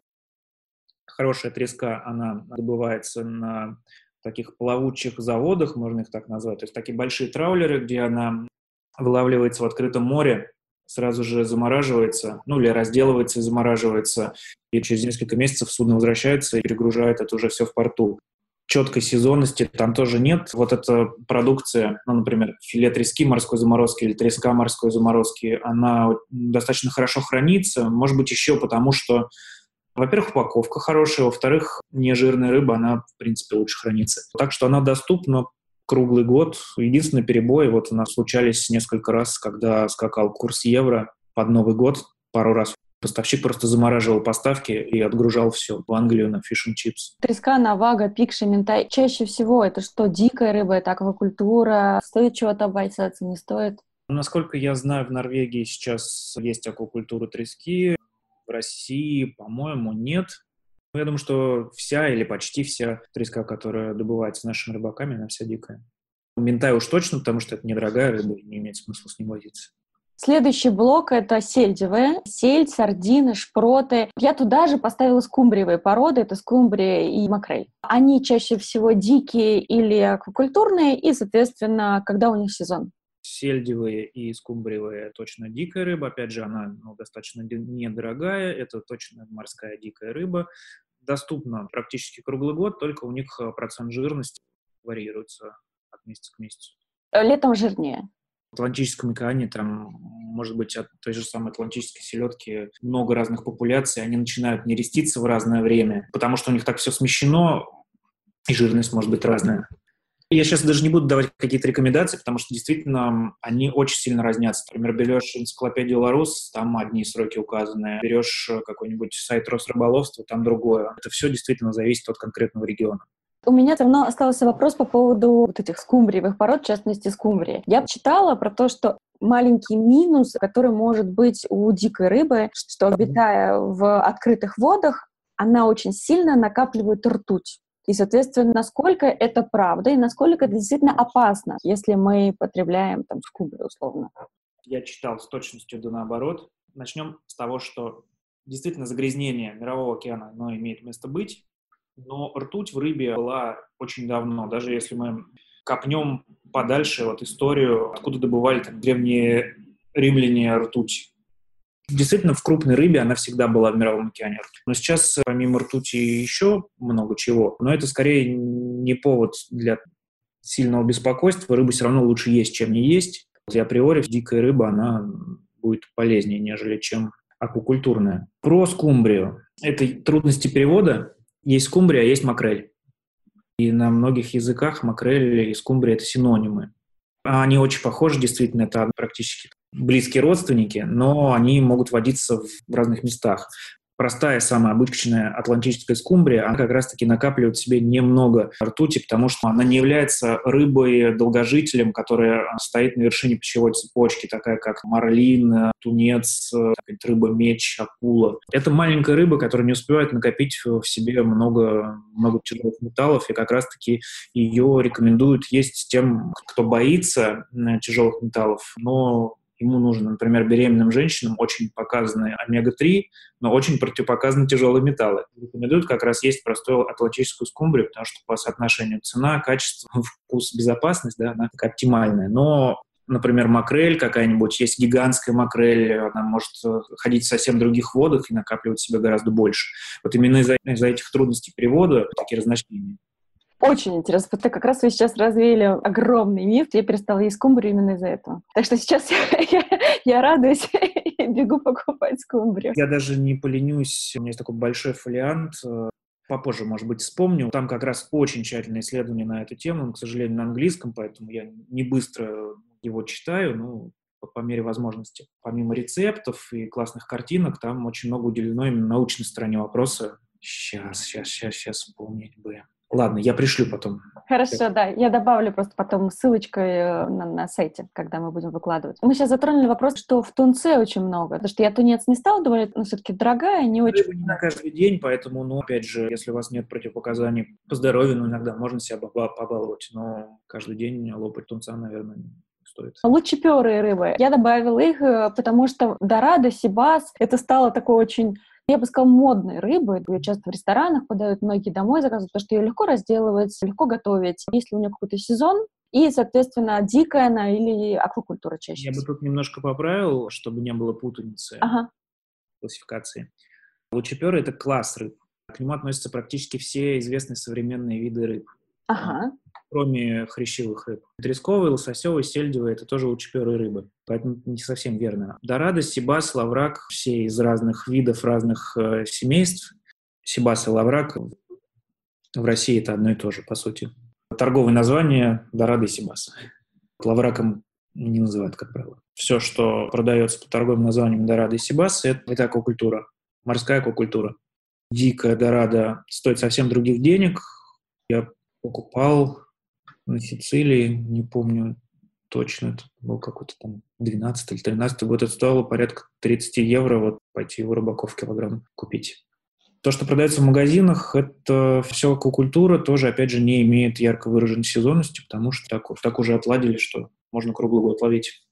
Хорошая треска, она добывается на таких плавучих заводах, можно их так назвать. То есть такие большие траулеры, где она вылавливается в открытом море, сразу же замораживается, ну или разделывается и замораживается, и через несколько месяцев судно возвращается и перегружает это уже все в порту. Четкой сезонности там тоже нет. Вот эта продукция, ну, например, филе трески морской заморозки или треска морской заморозки, она достаточно хорошо хранится. Может быть, еще потому, что, во-первых, упаковка хорошая, во-вторых, нежирная рыба, она, в принципе, лучше хранится. Так что она доступна круглый год. Единственный перебой, вот у нас случались несколько раз, когда скакал курс евро под Новый год, пару раз поставщик просто замораживал поставки и отгружал все в Англию на фиш энд чипс. Треска, навага, пикша, минтай. Чаще всего это что, дикая рыба, это аквакультура? Стоит чего-то опасаться, не стоит? Насколько я знаю, в Норвегии сейчас есть аквакультура трески, в России, по-моему, нет. Я думаю, что вся или почти вся треска, которая добывается нашими рыбаками, она вся дикая. Минтай уж точно, потому что это недорогая рыба, и не имеет смысла с ним возиться. Следующий блок — это сельдевые. Сельдь, сардины, шпроты. Я туда же поставила скумбриевые породы. Это скумбрия и макрель. Они чаще всего дикие или аквакультурные, и, соответственно, когда у них сезон. Сельдевые и скумбриевые — точно дикая рыба. Опять же, она достаточно недорогая. Это точно морская дикая рыба. Доступна практически круглый год, только у них процент жирности варьируется от месяца к месяцу. Летом жирнее. В Атлантическом океане там, может быть, от той же самой атлантической селедки много разных популяций, они начинают нереститься в разное время, потому что у них так все смещено, и жирность может быть разная. Я сейчас даже не буду давать какие-то рекомендации, потому что действительно они очень сильно разнятся. Например, берешь энциклопедию Ларус, там одни сроки указаны, берешь какой-нибудь сайт Росрыболовства, там другое. Это все действительно зависит от конкретного региона. У меня все равно остался вопрос по поводу вот этих скумбриевых пород, в частности, скумбрии. Я читала про то, что маленький минус, который может быть у дикой рыбы, что, обитая в открытых водах, она очень сильно накапливает ртуть. И, соответственно, насколько это правда и насколько это действительно опасно, если мы потребляем там скумбрию условно. Я читал с точностью да наоборот. Начнем с того, что действительно загрязнение Мирового океана, оно имеет место быть. Но ртуть в рыбе была очень давно. Даже если мы копнем подальше вот историю, откуда добывали там древние римляне ртуть. Действительно, в крупной рыбе она всегда была в Мировом океане. Но сейчас помимо ртути еще много чего. Но это скорее не повод для сильного беспокойства. Рыбу все равно лучше есть, чем не есть. И априори дикая рыба, она будет полезнее, нежели чем аквакультурная. Про скумбрию. Это трудности перевода. Есть скумбрия, а есть макрель. И на многих языках макрель и скумбрия — это синонимы. Они очень похожи, действительно, это практически близкие родственники, но они могут водиться в разных местах. Простая, самая обычная атлантическая скумбрия, она как раз-таки накапливает в себе немного ртути, потому что она не является рыбой-долгожителем, которая стоит на вершине пищевой цепочки, такая как марлин, тунец, рыба-меч, акула. Это маленькая рыба, которая не успевает накопить в себе много тяжелых металлов, и как раз-таки ее рекомендуют есть тем, кто боится тяжелых металлов, но ему нужно, например, беременным женщинам очень показаны омега-3, но очень противопоказаны тяжелые металлы. Рекомендуют как раз есть простую атлантическую скумбрию, потому что по соотношению цена, качество, вкус, безопасность, да, она такая оптимальная. Но, например, макрель какая-нибудь, есть гигантская макрель, она может ходить в совсем других водах и накапливать в себе гораздо больше. Вот именно из-за этих трудностей перевода такие разночтения. Очень интересно, потому что как раз вы сейчас развеяли огромный миф, я перестала есть скумбрию именно из-за этого. Так что сейчас я радуюсь и бегу покупать скумбрию. Я даже не поленюсь, у меня есть такой большой фолиант, попозже, может быть, вспомню. Там как раз очень тщательное исследование на эту тему, он, к сожалению, на английском, поэтому я не быстро его читаю, но по мере возможности. Помимо рецептов и классных картинок, там очень много уделено именно научной стороне вопроса. Сейчас вспомнить бы. Ладно, я пришлю потом. Хорошо, да. Я добавлю просто потом ссылочкой на сайте, когда мы будем выкладывать. Мы сейчас затронули вопрос, что в тунце очень много. Потому что я тунец не стала добавлять, но все-таки дорогая, не очень. Не на каждый день, поэтому, опять же, если у вас нет противопоказаний по здоровью, иногда можно себя побаловать. Но каждый день лопать тунца, наверное, стоит. Лучеперые рыбы. Я добавила их, потому что дорада, сибас, это стало такой очень, я бы сказала, модной рыбой. Ее часто в ресторанах подают, многие домой заказывают, потому что ее легко разделывать, легко готовить. Если у нее какой-то сезон, и, соответственно, дикая она или аквакультура чаще Я бы всего. тут немножко поправил, чтобы не было путаницы Ага. классификации. Лучеперы — это класс рыб. К нему относятся практически все известные современные виды рыб, Ага. кроме хрящевых рыб. Тресковые, лососевые, сельдевые — это тоже лучеперые рыбы, поэтому не совсем верно. Дорада, сибас, лаврак — все из разных видов, разных семейств. Сибас и лаврак в России это одно и то же, по сути. Торговое название — дорада и сибас. Лавраком не называют, как правило. Все, что продается по торговым названиям дорада и сибас, это аквакультура, морская аквакультура. Дикая дорада стоит совсем других денег. Я покупал на Сицилии, не помню точно, это был какой-то там 12 или 13 год, это стоило порядка 30 евро, вот пойти у рыбаков килограмм купить. То, что продается в магазинах, это все аквакультура, тоже, опять же, не имеет ярко выраженной сезонности, потому что так уже отладили, что можно круглый год ловить.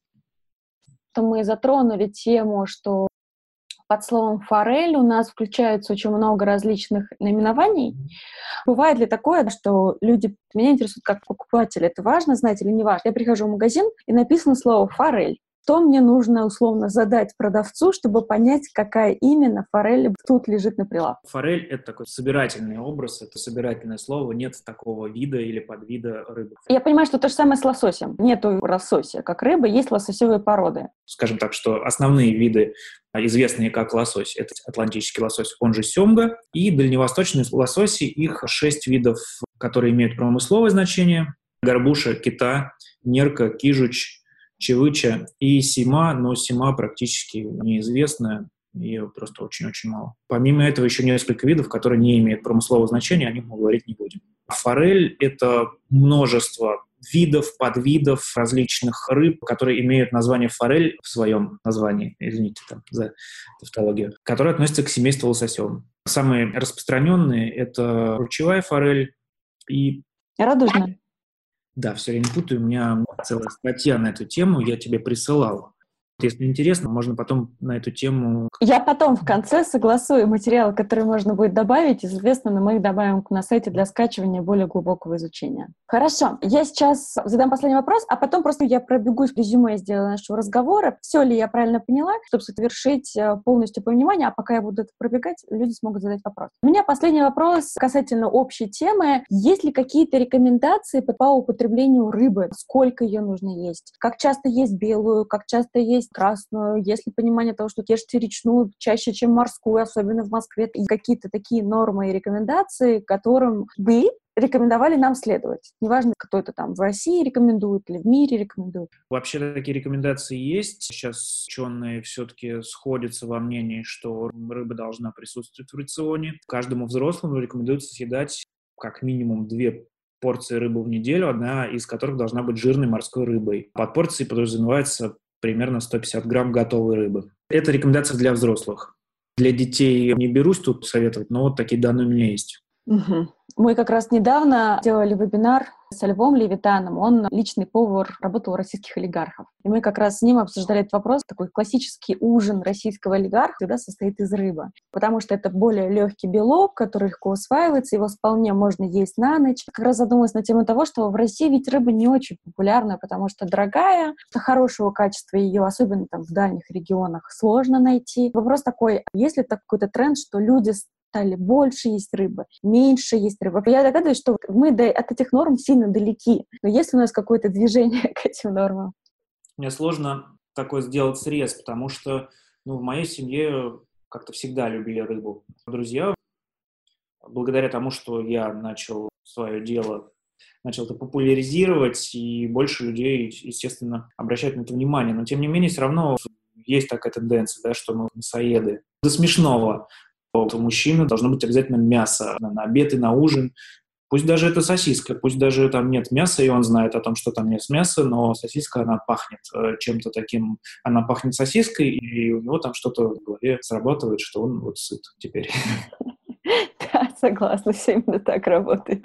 То мы затронули тему, что под словом «форель» у нас включается очень много различных наименований. Бывает ли такое, что люди, меня интересует как покупатель, это важно знать или не важно? Я прихожу в магазин, и написано слово «форель». Что мне нужно условно задать продавцу, чтобы понять, какая именно форель тут лежит на прилавке? Форель — это такой собирательный образ, это собирательное слово, нет такого вида или подвида рыбы. Я понимаю, что то же самое с лососем. Нету лосося как рыбы, есть лососевые породы. Скажем так, что основные виды, известные как лосось, это атлантический лосось, он же семга, и дальневосточные лососи, их 6 видов, которые имеют промысловое значение: горбуша, кита, нерка, кижуч, чевыча и сима, но сима практически неизвестная, ее просто очень-очень мало. Помимо этого еще несколько видов, которые не имеют промыслового значения, о них мы говорить не будем. Форель — это множество видов, подвидов различных рыб, которые имеют название форель в своем названии, извините там за тавтологию, которые относятся к семейству лососевым. Самые распространенные — это ручевая форель и... Радужная. Да, все время путаю, у меня целая статья на эту тему, я тебе присылал. Если интересно, можно потом на эту тему... Я потом в конце согласую материалы, которые можно будет добавить, и, соответственно, мы их добавим на сайте для скачивания более глубокого изучения. Хорошо, я сейчас задам последний вопрос, а потом просто я пробегусь, резюме сделаю нашего разговора. Все ли я правильно поняла, чтобы совершить полностью понимание, а пока я буду это пробегать, люди смогут задать вопрос. У меня последний вопрос касательно общей темы. Есть ли какие-то рекомендации по употреблению рыбы? Сколько ее нужно есть? Как часто есть белую? Как часто есть красную? Есть ли понимание того, что ешьте речную чаще, чем морскую, особенно в Москве? И какие-то такие нормы и рекомендации, которым вы рекомендовали нам следовать. Неважно, кто это там в России рекомендует или в мире рекомендует. Вообще такие рекомендации есть. Сейчас ученые все-таки сходятся во мнении, что рыба должна присутствовать в рационе. Каждому взрослому рекомендуется съедать как минимум 2 порции рыбы в неделю, одна из которых должна быть жирной морской рыбой. Под порцией подразумевается примерно 150 грамм готовой рыбы. Это рекомендация для взрослых. Для детей не берусь тут советовать, но вот такие данные у меня есть. Угу. Мы как раз недавно делали вебинар со Львом Левитаном. Он личный повар, работал у российских олигархов. И мы как раз с ним обсуждали этот вопрос. Такой классический ужин российского олигарха всегда состоит из рыбы. Потому что это более легкий белок, который легко усваивается, его вполне можно есть на ночь. Как раз задумалась на тему того, что в России ведь рыба не очень популярна, потому что дорогая, хорошего качества ее, особенно там в дальних регионах, сложно найти. Вопрос такой, есть ли какой-то тренд, что люди стали больше есть рыбы, меньше есть рыбы. Я догадываюсь, что мы от этих норм сильно далеки. Но есть ли у нас какое-то движение к этим нормам? Мне сложно такой сделать срез, потому что в моей семье как-то всегда любили рыбу. Друзья, благодаря тому, что я начал свое дело, начал это популяризировать, и больше людей, естественно, обращают на это внимание. Но, тем не менее, все равно есть такая тенденция, да, что мы мясоеды. До смешного. У мужчины должно быть обязательно мясо на обед и на ужин. Пусть даже это сосиска, пусть даже там нет мяса, и он знает о том, что там нет мяса, но сосиска, она пахнет чем-то таким, она пахнет сосиской, и у него там что-то в голове срабатывает, что он вот сыт теперь. Да, согласна, все именно так работает.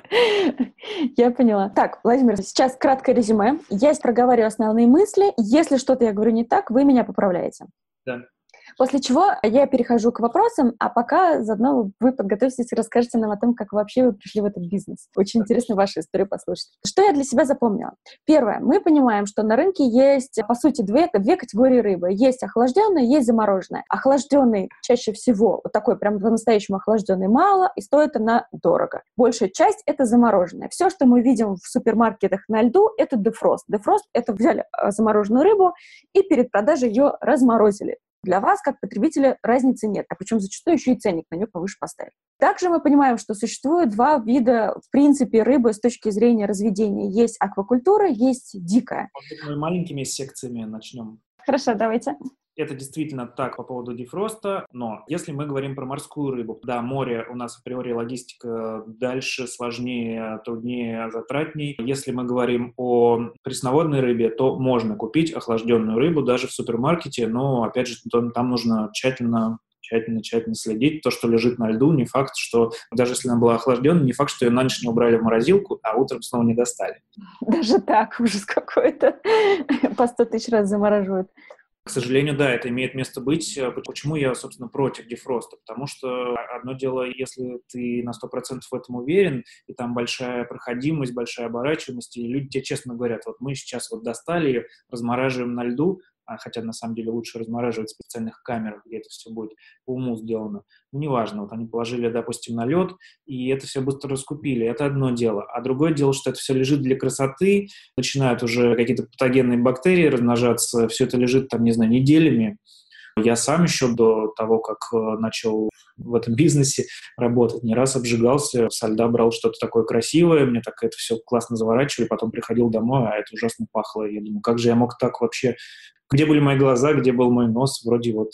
Я поняла. Так, Владимир, сейчас краткое резюме. Я проговариваю основные мысли. Если что-то я говорю не так, вы меня поправляете. Да. После чего я перехожу к вопросам, а пока заодно вы подготовитесь и расскажете нам о том, как вообще вы пришли в этот бизнес. Очень интересно вашу историю послушать. Что я для себя запомнила? Первое. Мы понимаем, что на рынке есть, по сути, две категории рыбы. Есть охлажденная, есть замороженная. Охлажденный чаще всего, вот такой прям по-настоящему охлажденный, мало, и стоит она дорого. Большая часть — это замороженная. Все, что мы видим в супермаркетах на льду, это дефрост. Дефрост — это взяли замороженную рыбу и перед продажей ее разморозили. Для вас, как потребителя, разницы нет, а причем зачастую еще и ценник на нее повыше поставили. Также мы понимаем, что существует два вида, в принципе, рыбы с точки зрения разведения. Есть аквакультура, есть дикая. Может быть, мы маленькими секциями начнем. Хорошо, давайте. Это действительно так по поводу дефроста, но если мы говорим про морскую рыбу, да, море у нас априори логистика дальше, сложнее, труднее, затратней. Если мы говорим о пресноводной рыбе, то можно купить охлажденную рыбу даже в супермаркете, но, опять же, там нужно тщательно следить. То, что лежит на льду, не факт, что даже если она была охлажденная, не факт, что ее на ночь не убрали в морозилку, а утром снова не достали. Даже так, ужас какой-то. По 100 тысяч раз замораживают. К сожалению, да, это имеет место быть. Почему я, собственно, против дефроста? Потому что одно дело, если ты на 100% в этом уверен, и там большая проходимость, большая оборачиваемость, и люди тебе честно говорят, вот мы сейчас вот достали ее, размораживаем на льду, хотя на самом деле лучше размораживать в специальных камерах, где это все будет по уму сделано. Ну, неважно, вот они положили, допустим, на лед, и это все быстро раскупили. Это одно дело. А другое дело, что это все лежит для красоты, начинают уже какие-то патогенные бактерии размножаться, все это лежит там, не знаю, неделями. Я сам еще до того, как начал в этом бизнесе работать, не раз обжигался, со льда брал что-то такое красивое, мне так это все классно заворачивали, потом приходил домой, а это ужасно пахло. Я думаю, как же я мог так вообще... Где были мои глаза, где был мой нос? Вроде вот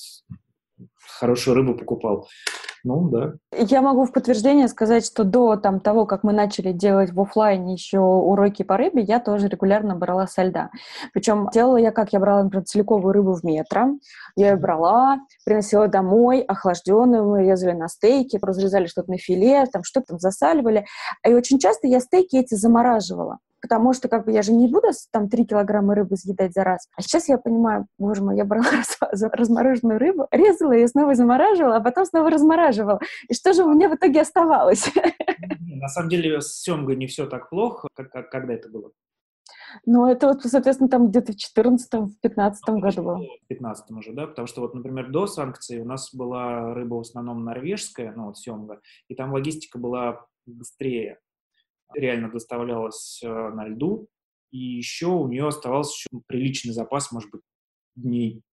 хорошую рыбу покупал. Ну, да. Я могу в подтверждение сказать, что до того, как мы начали делать в офлайне еще уроки по рыбе, я тоже регулярно брала со льда. Причем делала я как? Я брала, например, целиковую рыбу в метро, я ее брала, приносила домой, охлажденную, мы резали на стейки, разрезали что-то на филе, там что-то там засаливали. И очень часто я стейки эти замораживала. Потому что я же не буду там 3 килограмма рыбы съедать за раз. А сейчас я понимаю, боже мой, я брала размороженную рыбу, резала ее, снова замораживала, а потом снова размораживала. И что же у меня в итоге оставалось? На самом деле с семгой не все так плохо, когда это было. Ну, это вот, соответственно, там где-то в 2014-2015 году было. В 2015 уже, да, потому что вот, например, до санкций у нас была рыба в основном норвежская, ну, вот семга, и там логистика была быстрее. Реально доставлялась на льду, и еще у нее оставался еще приличный запас, может быть, дней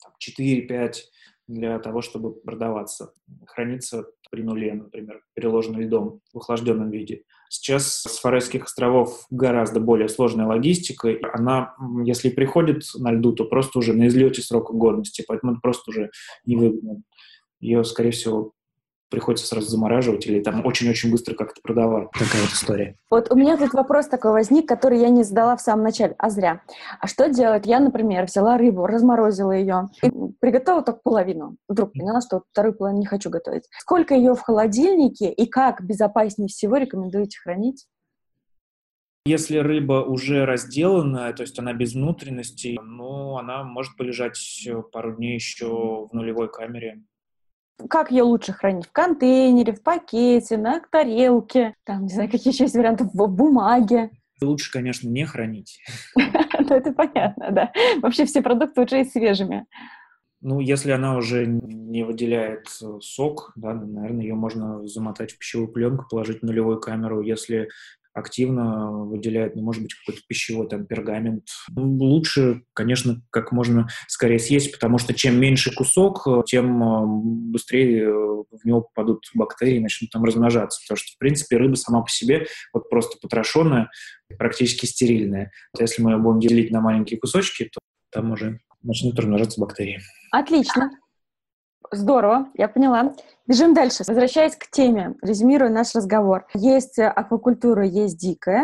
4-5 для того, чтобы продаваться. Храниться при нуле, например, переложенный льдом в охлажденном виде. Сейчас с Фарерских островов гораздо более сложная логистика. Она, если приходит на льду, то просто уже на излете срока годности, поэтому это просто уже невыгодно. Ее, скорее всего, приходится сразу замораживать или там очень-очень быстро как-то продавать. Такая вот история. Вот у меня тут вопрос такой возник, который я не задала в самом начале. А зря. А что делать? Я, например, взяла рыбу, разморозила ее и приготовила только половину. Вдруг поняла, что вторую половину не хочу готовить. Сколько ее в холодильнике и как безопаснее всего рекомендуете хранить? Если рыба уже разделанная, то есть она без внутренностей, ну, она может полежать пару дней еще в нулевой камере. Как ее лучше хранить? В контейнере, в пакете, на тарелке, там, не знаю, какие еще есть варианты, в бумаге. Лучше, конечно, не хранить. Ну, это понятно, да. Вообще все продукты лучше есть свежими. Ну, если она уже не выделяет сок, да, наверное, ее можно замотать в пищевую пленку, положить в нулевую камеру. Если активно выделяет, ну, может быть, какой-то пищевой там пергамент. Ну, лучше, конечно, как можно скорее съесть, потому что чем меньше кусок, тем быстрее в него попадут бактерии и начнут там размножаться. Потому что, в принципе, рыба сама по себе, вот просто потрошенная, практически стерильная. Вот если мы ее будем делить на маленькие кусочки, то там уже начнут размножаться бактерии. Отлично. Здорово, я поняла. Бежим дальше. Возвращаясь к теме, резюмируя наш разговор. Есть аквакультура, есть дикая.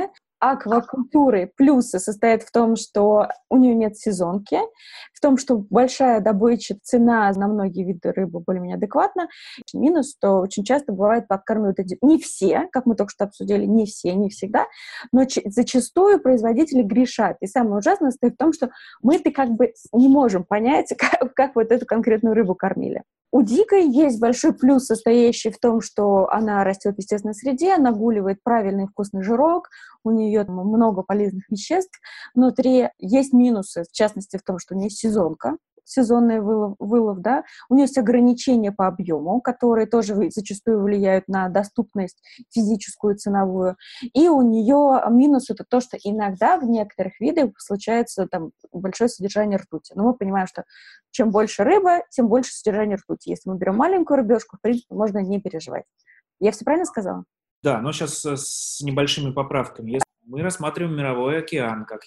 аквакультуры плюсы состоят в том, что у нее нет сезонки, в том, что большая добыча, цена на многие виды рыбы более-менее адекватна. Минус, что очень часто бывает подкармливают не все, как мы только что обсудили, не все, не всегда, но зачастую производители грешат. И самое ужасное состоит в том, что мы-то как бы не можем понять, как вот эту конкретную рыбу кормили. У дикой есть большой плюс, состоящий в том, что она растет в естественной среде, нагуливает правильный вкусный жирок, у нее много полезных веществ. Внутри есть минусы, в частности, в том, что у нее сезонка, сезонный вылов, да, у нее есть ограничения по объему, которые тоже зачастую влияют на доступность физическую, ценовую. И у нее минус — это то, что иногда в некоторых видах случается там большое содержание ртути. Но мы понимаем, что чем больше рыба, тем больше содержание ртути. Если мы берем маленькую рыбешку, в принципе, можно не переживать. Я все правильно сказала? Да, но сейчас с небольшими поправками. Если мы рассматриваем мировой океан как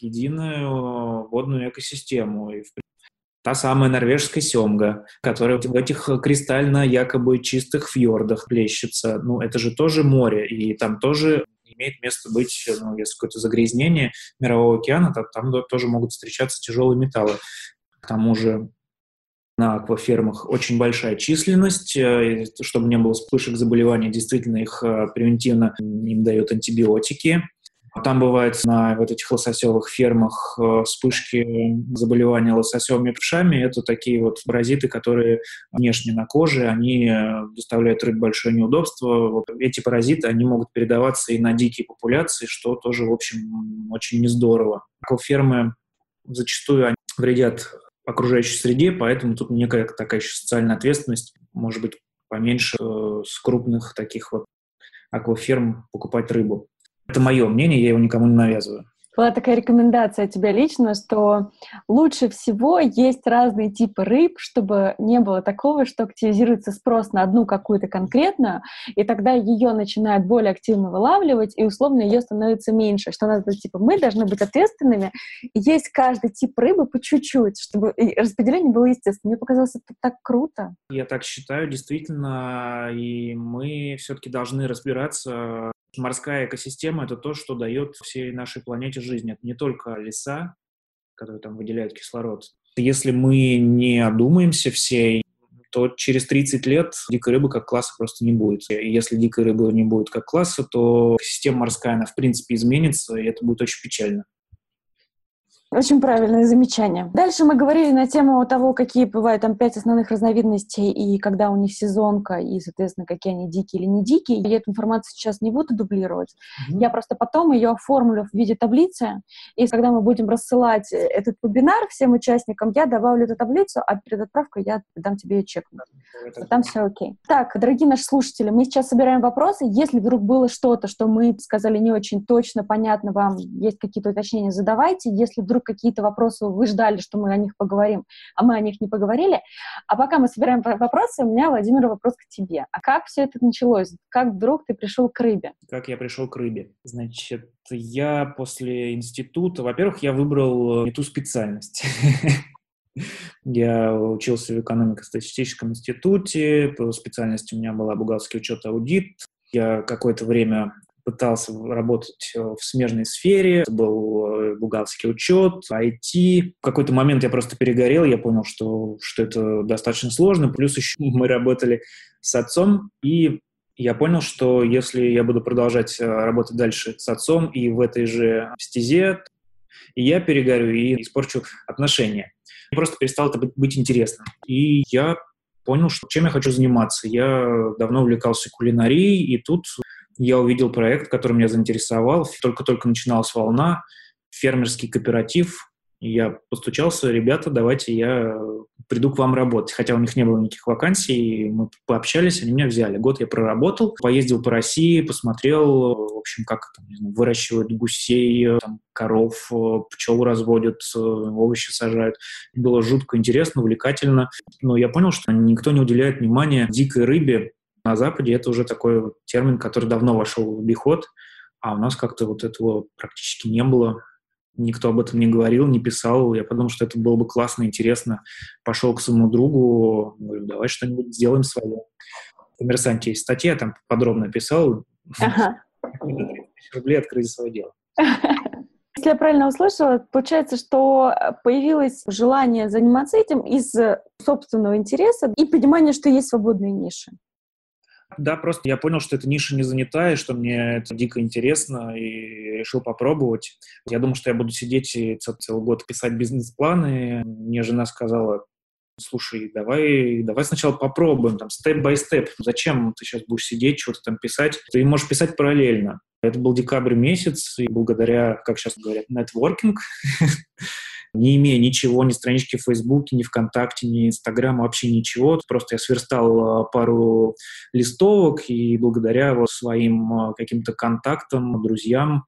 единую водную экосистему, и та самая норвежская семга, которая в этих кристально якобы чистых фьордах плещется, ну, это же тоже море, и там тоже имеет место быть, ну, если какое-то загрязнение мирового океана, то там тоже могут встречаться тяжелые металлы. К тому же на аквафермах очень большая численность, чтобы не было вспышек заболеваний, действительно их превентивно им дают антибиотики. Там бывает на вот этих лососевых фермах вспышки заболевания лососевыми вшами. Это такие вот паразиты, которые внешне на коже, они доставляют рыбе большое неудобство. Вот эти паразиты, они могут передаваться и на дикие популяции, что тоже, в общем, очень не здорово. Аквафермы зачастую они вредят окружающей среде, поэтому тут некая такая еще социальная ответственность, может быть, поменьше с крупных таких вот акваферм покупать рыбу. Это мое мнение, я его никому не навязываю. Была такая рекомендация от тебя лично, что лучше всего есть разные типы рыб, чтобы не было такого, что активизируется спрос на одну какую-то конкретную, и тогда ее начинают более активно вылавливать, и условно ее становится меньше. Что надо, типа, мы должны быть ответственными, и есть каждый тип рыбы по чуть-чуть, чтобы распределение было естественным. Мне показалось, это так круто. Я так считаю, действительно, и мы все-таки должны разбираться. Морская экосистема — это то, что дает всей нашей планете жизнь. Это не только леса, которые там выделяют кислород. Если мы не одумаемся все, то через 30 лет дикой рыбы как класса просто не будет. И если дикой рыбы не будет как класса, то система морская, она в принципе изменится, и это будет очень печально. Очень правильное замечание. Дальше мы говорили на тему того, какие бывают там 5 основных разновидностей, и когда у них сезонка, и, соответственно, какие они дикие или не дикие. Я эту информацию сейчас не буду дублировать. Я просто потом ее оформлю в виде таблицы, и когда мы будем рассылать этот вебинар всем участникам, я добавлю эту таблицу, а перед отправкой я дам тебе чек. Там все окей. Так, дорогие наши слушатели, мы сейчас собираем вопросы. Если вдруг было что-то, что мы сказали не очень точно, понятно вам, есть какие-то уточнения, задавайте. Если вдруг какие-то вопросы вы ждали, что мы о них поговорим, а мы о них не поговорили. А пока мы собираем вопросы, у меня, Владимир, вопрос к тебе. А как все это началось? Как вдруг ты пришел к рыбе? Как я пришел к рыбе? Значит, я после института, во-первых, я выбрал не ту специальность. Я учился в экономико-статистическом институте, по специальности у меня была бухгалтерский учет, аудит. Я какое-то время пытался работать в смежной сфере, это был бухгалтерский учет, IT. В какой-то момент я просто перегорел, я понял, что это достаточно сложно. Плюс еще мы работали с отцом, и я понял, что если я буду продолжать работать дальше с отцом и в этой же стезе, я перегорю и испорчу отношения. Мне просто перестало это быть интересным. И я понял, чем я хочу заниматься. Я давно увлекался кулинарией, и тут я увидел проект, который меня заинтересовал. Только-только начиналась волна, фермерский кооператив. И я постучался: ребята, давайте я приду к вам работать. Хотя у них не было никаких вакансий, мы пообщались, они меня взяли. Год я проработал, поездил по России, посмотрел, в общем, как там, не знаю, выращивают гусей, там, коров, пчел разводят, овощи сажают. Было жутко интересно, увлекательно. Но я понял, что никто не уделяет внимания дикой рыбе. На Западе это уже такой термин, который давно вошел в обиход, а у нас как-то вот этого практически не было. Никто об этом не говорил, не писал. Я подумал, что это было бы классно, интересно. Пошел к своему другу, говорю: давай что-нибудь сделаем свое. В «Коммерсанте» есть статья, там подробно писал. 30 000 рублей открыть свое дело. Если я правильно услышала, получается, что появилось желание заниматься этим из собственного интереса и понимания, что есть свободные ниши. Да, просто я понял, что эта ниша не занята, и что мне это дико интересно, и решил попробовать. Я думал, что я буду сидеть и целый год писать бизнес-планы. Мне жена сказала: слушай, давай сначала попробуем, там, степ-бай-степ. Зачем ты сейчас будешь сидеть, что-то там писать? Ты можешь писать параллельно. Это был декабрь месяц, и благодаря, как сейчас говорят, нетворкинг, не имея ничего, ни странички в Фейсбуке, ни ВКонтакте, ни Инстаграма, вообще ничего. Просто я сверстал пару листовок, и благодаря вот своим каким-то контактам, друзьям,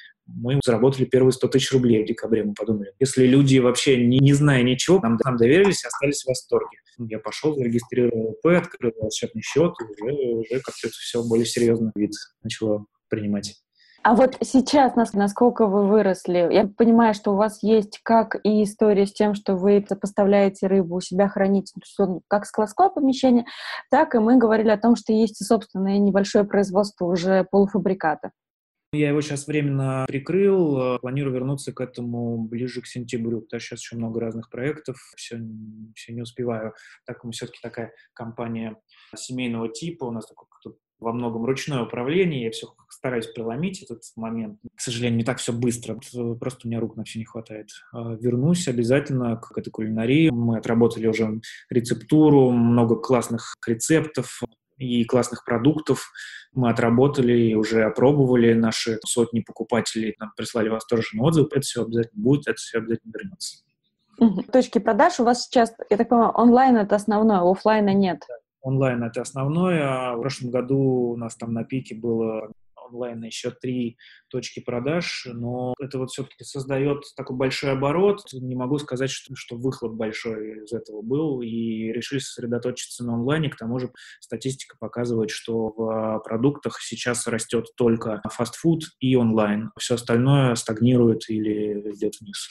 мы заработали первые 100 тысяч рублей в декабре. Мы подумали, если люди вообще не зная ничего, нам доверились и остались в восторге. Я пошел, зарегистрировал ИП, открыл расчетный счет, и уже как-то это все более серьезный вид начало принимать. А вот сейчас, насколько вы выросли, я понимаю, что у вас есть как и история с тем, что вы поставляете рыбу, у себя храните, как складское помещение, так и мы говорили о том, что есть и собственное небольшое производство уже полуфабриката. Я его сейчас временно прикрыл, планирую вернуться к этому ближе к сентябрю, потому что сейчас еще много разных проектов, все не успеваю. Так мы все-таки такая компания семейного типа, у нас такой во многом ручное управление, я все стараюсь преломить этот момент. К сожалению, не так все быстро, просто у меня рук на все не хватает. Вернусь обязательно к этой кулинарии. Мы отработали уже рецептуру, много классных рецептов и классных продуктов мы отработали и уже опробовали. Наши сотни покупателей нам прислали восторженные отзывы. Это все обязательно будет, это все обязательно вернется. Точки продаж у вас сейчас, я так понимаю, онлайн это основное, офлайна нет? Онлайн — это основное. В прошлом году у нас там на пике было онлайн еще 3 точки продаж, но это вот все-таки создает такой большой оборот. Не могу сказать, что выхлоп большой из этого был, и решили сосредоточиться на онлайне. К тому же статистика показывает, что в продуктах сейчас растет только фастфуд и онлайн. Все остальное стагнирует или идет вниз.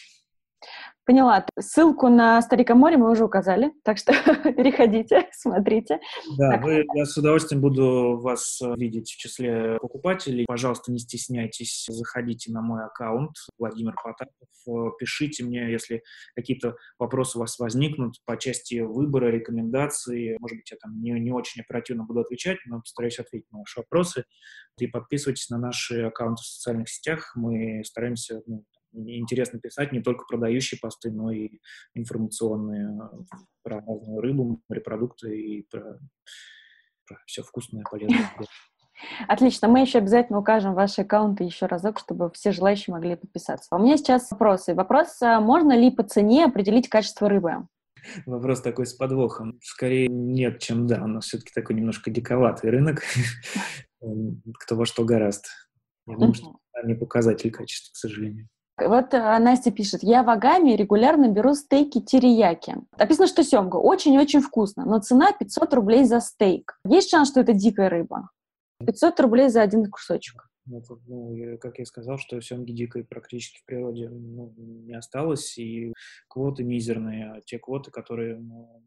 Поняла. Ссылку на Старика Море мы уже указали, так что переходите, смотрите. Да, я с удовольствием буду вас видеть в числе покупателей. Пожалуйста, не стесняйтесь, заходите на мой аккаунт Владимир Потапов, пишите мне, если какие-то вопросы у вас возникнут по части выбора, рекомендаций. Может быть, я там не очень оперативно буду отвечать, но постараюсь ответить на ваши вопросы. И подписывайтесь на наши аккаунты в социальных сетях. Мы стараемся интересно писать не только продающие посты, но и информационные про разную рыбу, морепродукты и про все вкусное, полезное. Отлично, мы еще обязательно укажем ваши аккаунты еще разок, чтобы все желающие могли подписаться. У меня сейчас вопросы. Вопрос, можно ли по цене определить качество рыбы? Вопрос такой с подвохом. Скорее нет, чем да. У нас все-таки такой немножко диковатый рынок. Кто во что гораст. Я думаю, что это не показатель качества, к сожалению. Вот Настя пишет, я в Агаме регулярно беру стейки терияки. Написано, что семга. Очень-очень вкусно, но цена 500 рублей за стейк. Есть шанс, что это дикая рыба? 500 рублей за один кусочек. Как я сказал, что семги дикой практически в природе не осталось, и квоты мизерные. А те квоты, которыми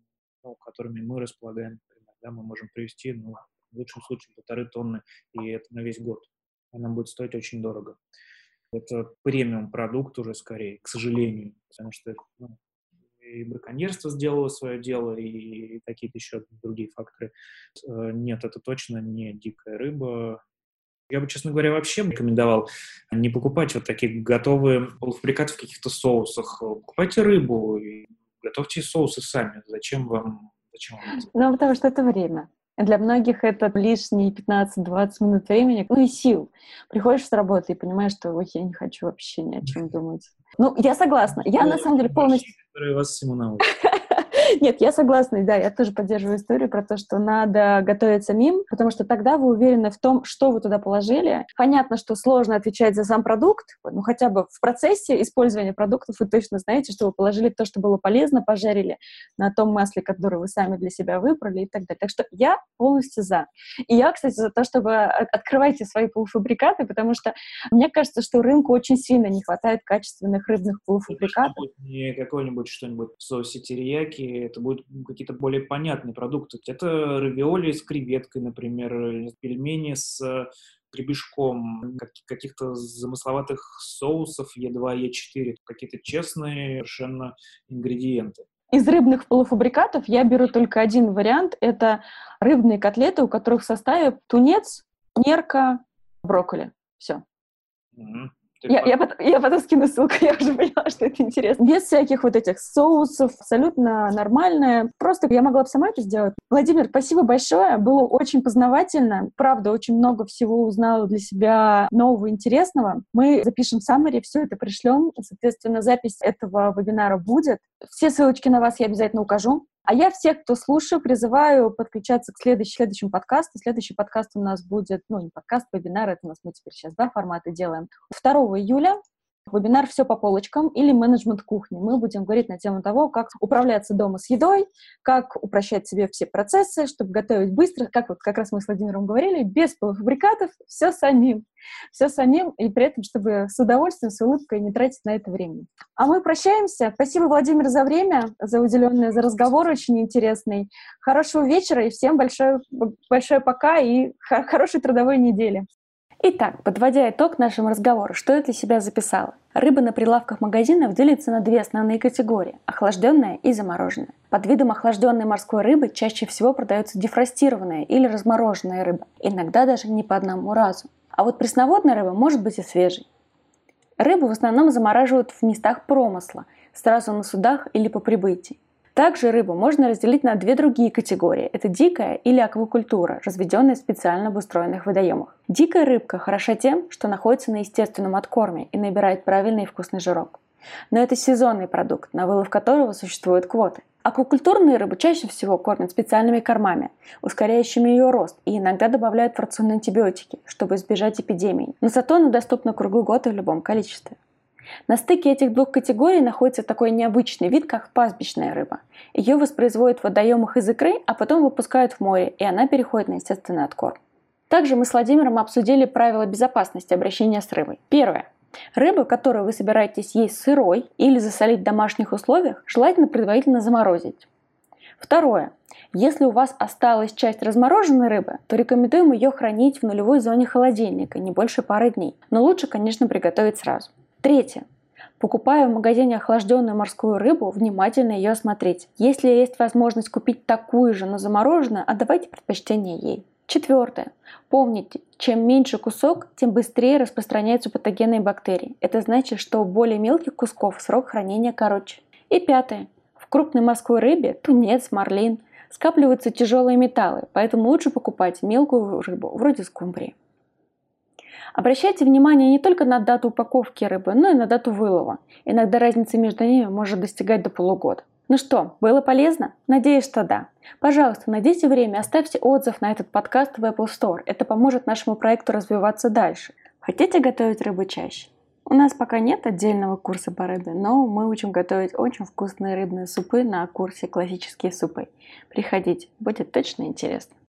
мы располагаем, например, да, мы можем привезти, в лучшем случае 1,5 тонны, и это на весь год. А нам будет стоить очень дорого. Это премиум-продукт уже скорее, к сожалению, потому что и браконьерство сделало свое дело, и какие-то еще другие факторы. Нет, это точно не дикая рыба. Я бы, честно говоря, вообще рекомендовал не покупать вот такие готовые полуфабрикаты в каких-то соусах. Покупайте рыбу и готовьте соусы сами. Зачем вам это? Потому что это время. Для многих это лишние 15-20 минут времени, и сил. Приходишь с работы и понимаешь, что я не хочу вообще ни о чем думать. Я согласна. Я на самом деле полностью... Которые вас всему научат. Нет, я согласна, да, я тоже поддерживаю историю про то, что надо готовить самим, потому что тогда вы уверены в том, что вы туда положили. Понятно, что сложно отвечать за сам продукт, хотя бы в процессе использования продуктов вы точно знаете, что вы положили то, что было полезно, пожарили на том масле, которое вы сами для себя выбрали и так далее. Так что я полностью за. И я, кстати, за то, чтобы открывайте свои полуфабрикаты, потому что мне кажется, что рынку очень сильно не хватает качественных рыбных полуфабрикатов. Это не какой-нибудь что-нибудь в соусе терияки, это будут какие-то более понятные продукты. Это равиоли с креветкой, например, или пельмени с гребешком каких-то замысловатых соусов Е2, Е4, какие-то честные совершенно ингредиенты. Из рыбных полуфабрикатов я беру только один вариант. Это рыбные котлеты, у которых в составе тунец, нерка, брокколи. Все. Я потом скину ссылку, я уже поняла, что это интересно. Без всяких вот этих соусов, абсолютно нормальное. Просто я могла бы сама это сделать. Владимир, спасибо большое, было очень познавательно. Правда, очень много всего узнала для себя нового, интересного. Мы запишем summary, все это пришлем. Соответственно, запись этого вебинара будет. Все ссылочки на вас я обязательно укажу. А я всех, кто слушает, призываю подключаться к следующему подкасту. Следующий подкаст у нас будет, не подкаст, вебинар, это у нас мы теперь сейчас 2 формата делаем. 2 июля вебинар «Все по полочкам» или «Менеджмент кухни». Мы будем говорить на тему того, как управляться дома с едой, как упрощать себе все процессы, чтобы готовить быстро, как раз мы с Владимиром говорили, без полуфабрикатов, все самим. Все самим, и при этом, чтобы с удовольствием, с улыбкой не тратить на это время. А мы прощаемся. Спасибо, Владимир, за время, за уделенное, за разговор очень интересный. Хорошего вечера и всем большое пока и хорошей трудовой недели. Итак, подводя итог нашему разговору, что я для себя записала? Рыба на прилавках магазинов делится на 2 основные категории – охлажденная и замороженная. Под видом охлажденной морской рыбы чаще всего продается дефростированная или размороженная рыба, иногда даже не по одному разу. А вот пресноводная рыба может быть и свежей. Рыбу в основном замораживают в местах промысла, сразу на судах или по прибытии. Также рыбу можно разделить на 2 другие категории. Это дикая или аквакультура, разведенная в специально обустроенных водоемах. Дикая рыбка хороша тем, что находится на естественном откорме и набирает правильный и вкусный жирок. Но это сезонный продукт, на вылов которого существуют квоты. Аквакультурные рыбы чаще всего кормят специальными кормами, ускоряющими ее рост, и иногда добавляют в рацион антибиотики, чтобы избежать эпидемий. Но зато она доступна круглый год и в любом количестве. На стыке этих 2 категорий находится такой необычный вид, как пастбищная рыба. Ее воспроизводят в водоемах из икры, а потом выпускают в море, и она переходит на естественный откорм. Также мы с Владимиром обсудили правила безопасности обращения с рыбой. Первое. Рыбу, которую вы собираетесь есть сырой или засолить в домашних условиях, желательно предварительно заморозить. Второе. Если у вас осталась часть размороженной рыбы, то рекомендуем ее хранить в нулевой зоне холодильника, не больше пары дней. Но лучше, конечно, приготовить сразу. Третье. Покупая в магазине охлажденную морскую рыбу, внимательно ее осмотрите. Если есть возможность купить такую же, но замороженную, отдавайте предпочтение ей. Четвертое. Помните, чем меньше кусок, тем быстрее распространяются патогенные бактерии. Это значит, что у более мелких кусков срок хранения короче. И пятое. В крупной морской рыбе, тунец, марлин, скапливаются тяжелые металлы, поэтому лучше покупать мелкую рыбу, вроде скумбрии. Обращайте внимание не только на дату упаковки рыбы, но и на дату вылова. Иногда разница между ними может достигать до полугода. Ну что, было полезно? Надеюсь, что да. Пожалуйста, найдите время, оставьте отзыв на этот подкаст в Apple Store. Это поможет нашему проекту развиваться дальше. Хотите готовить рыбу чаще? У нас пока нет отдельного курса по рыбе, но мы учим готовить очень вкусные рыбные супы на курсе «Классические супы». Приходите, будет точно интересно.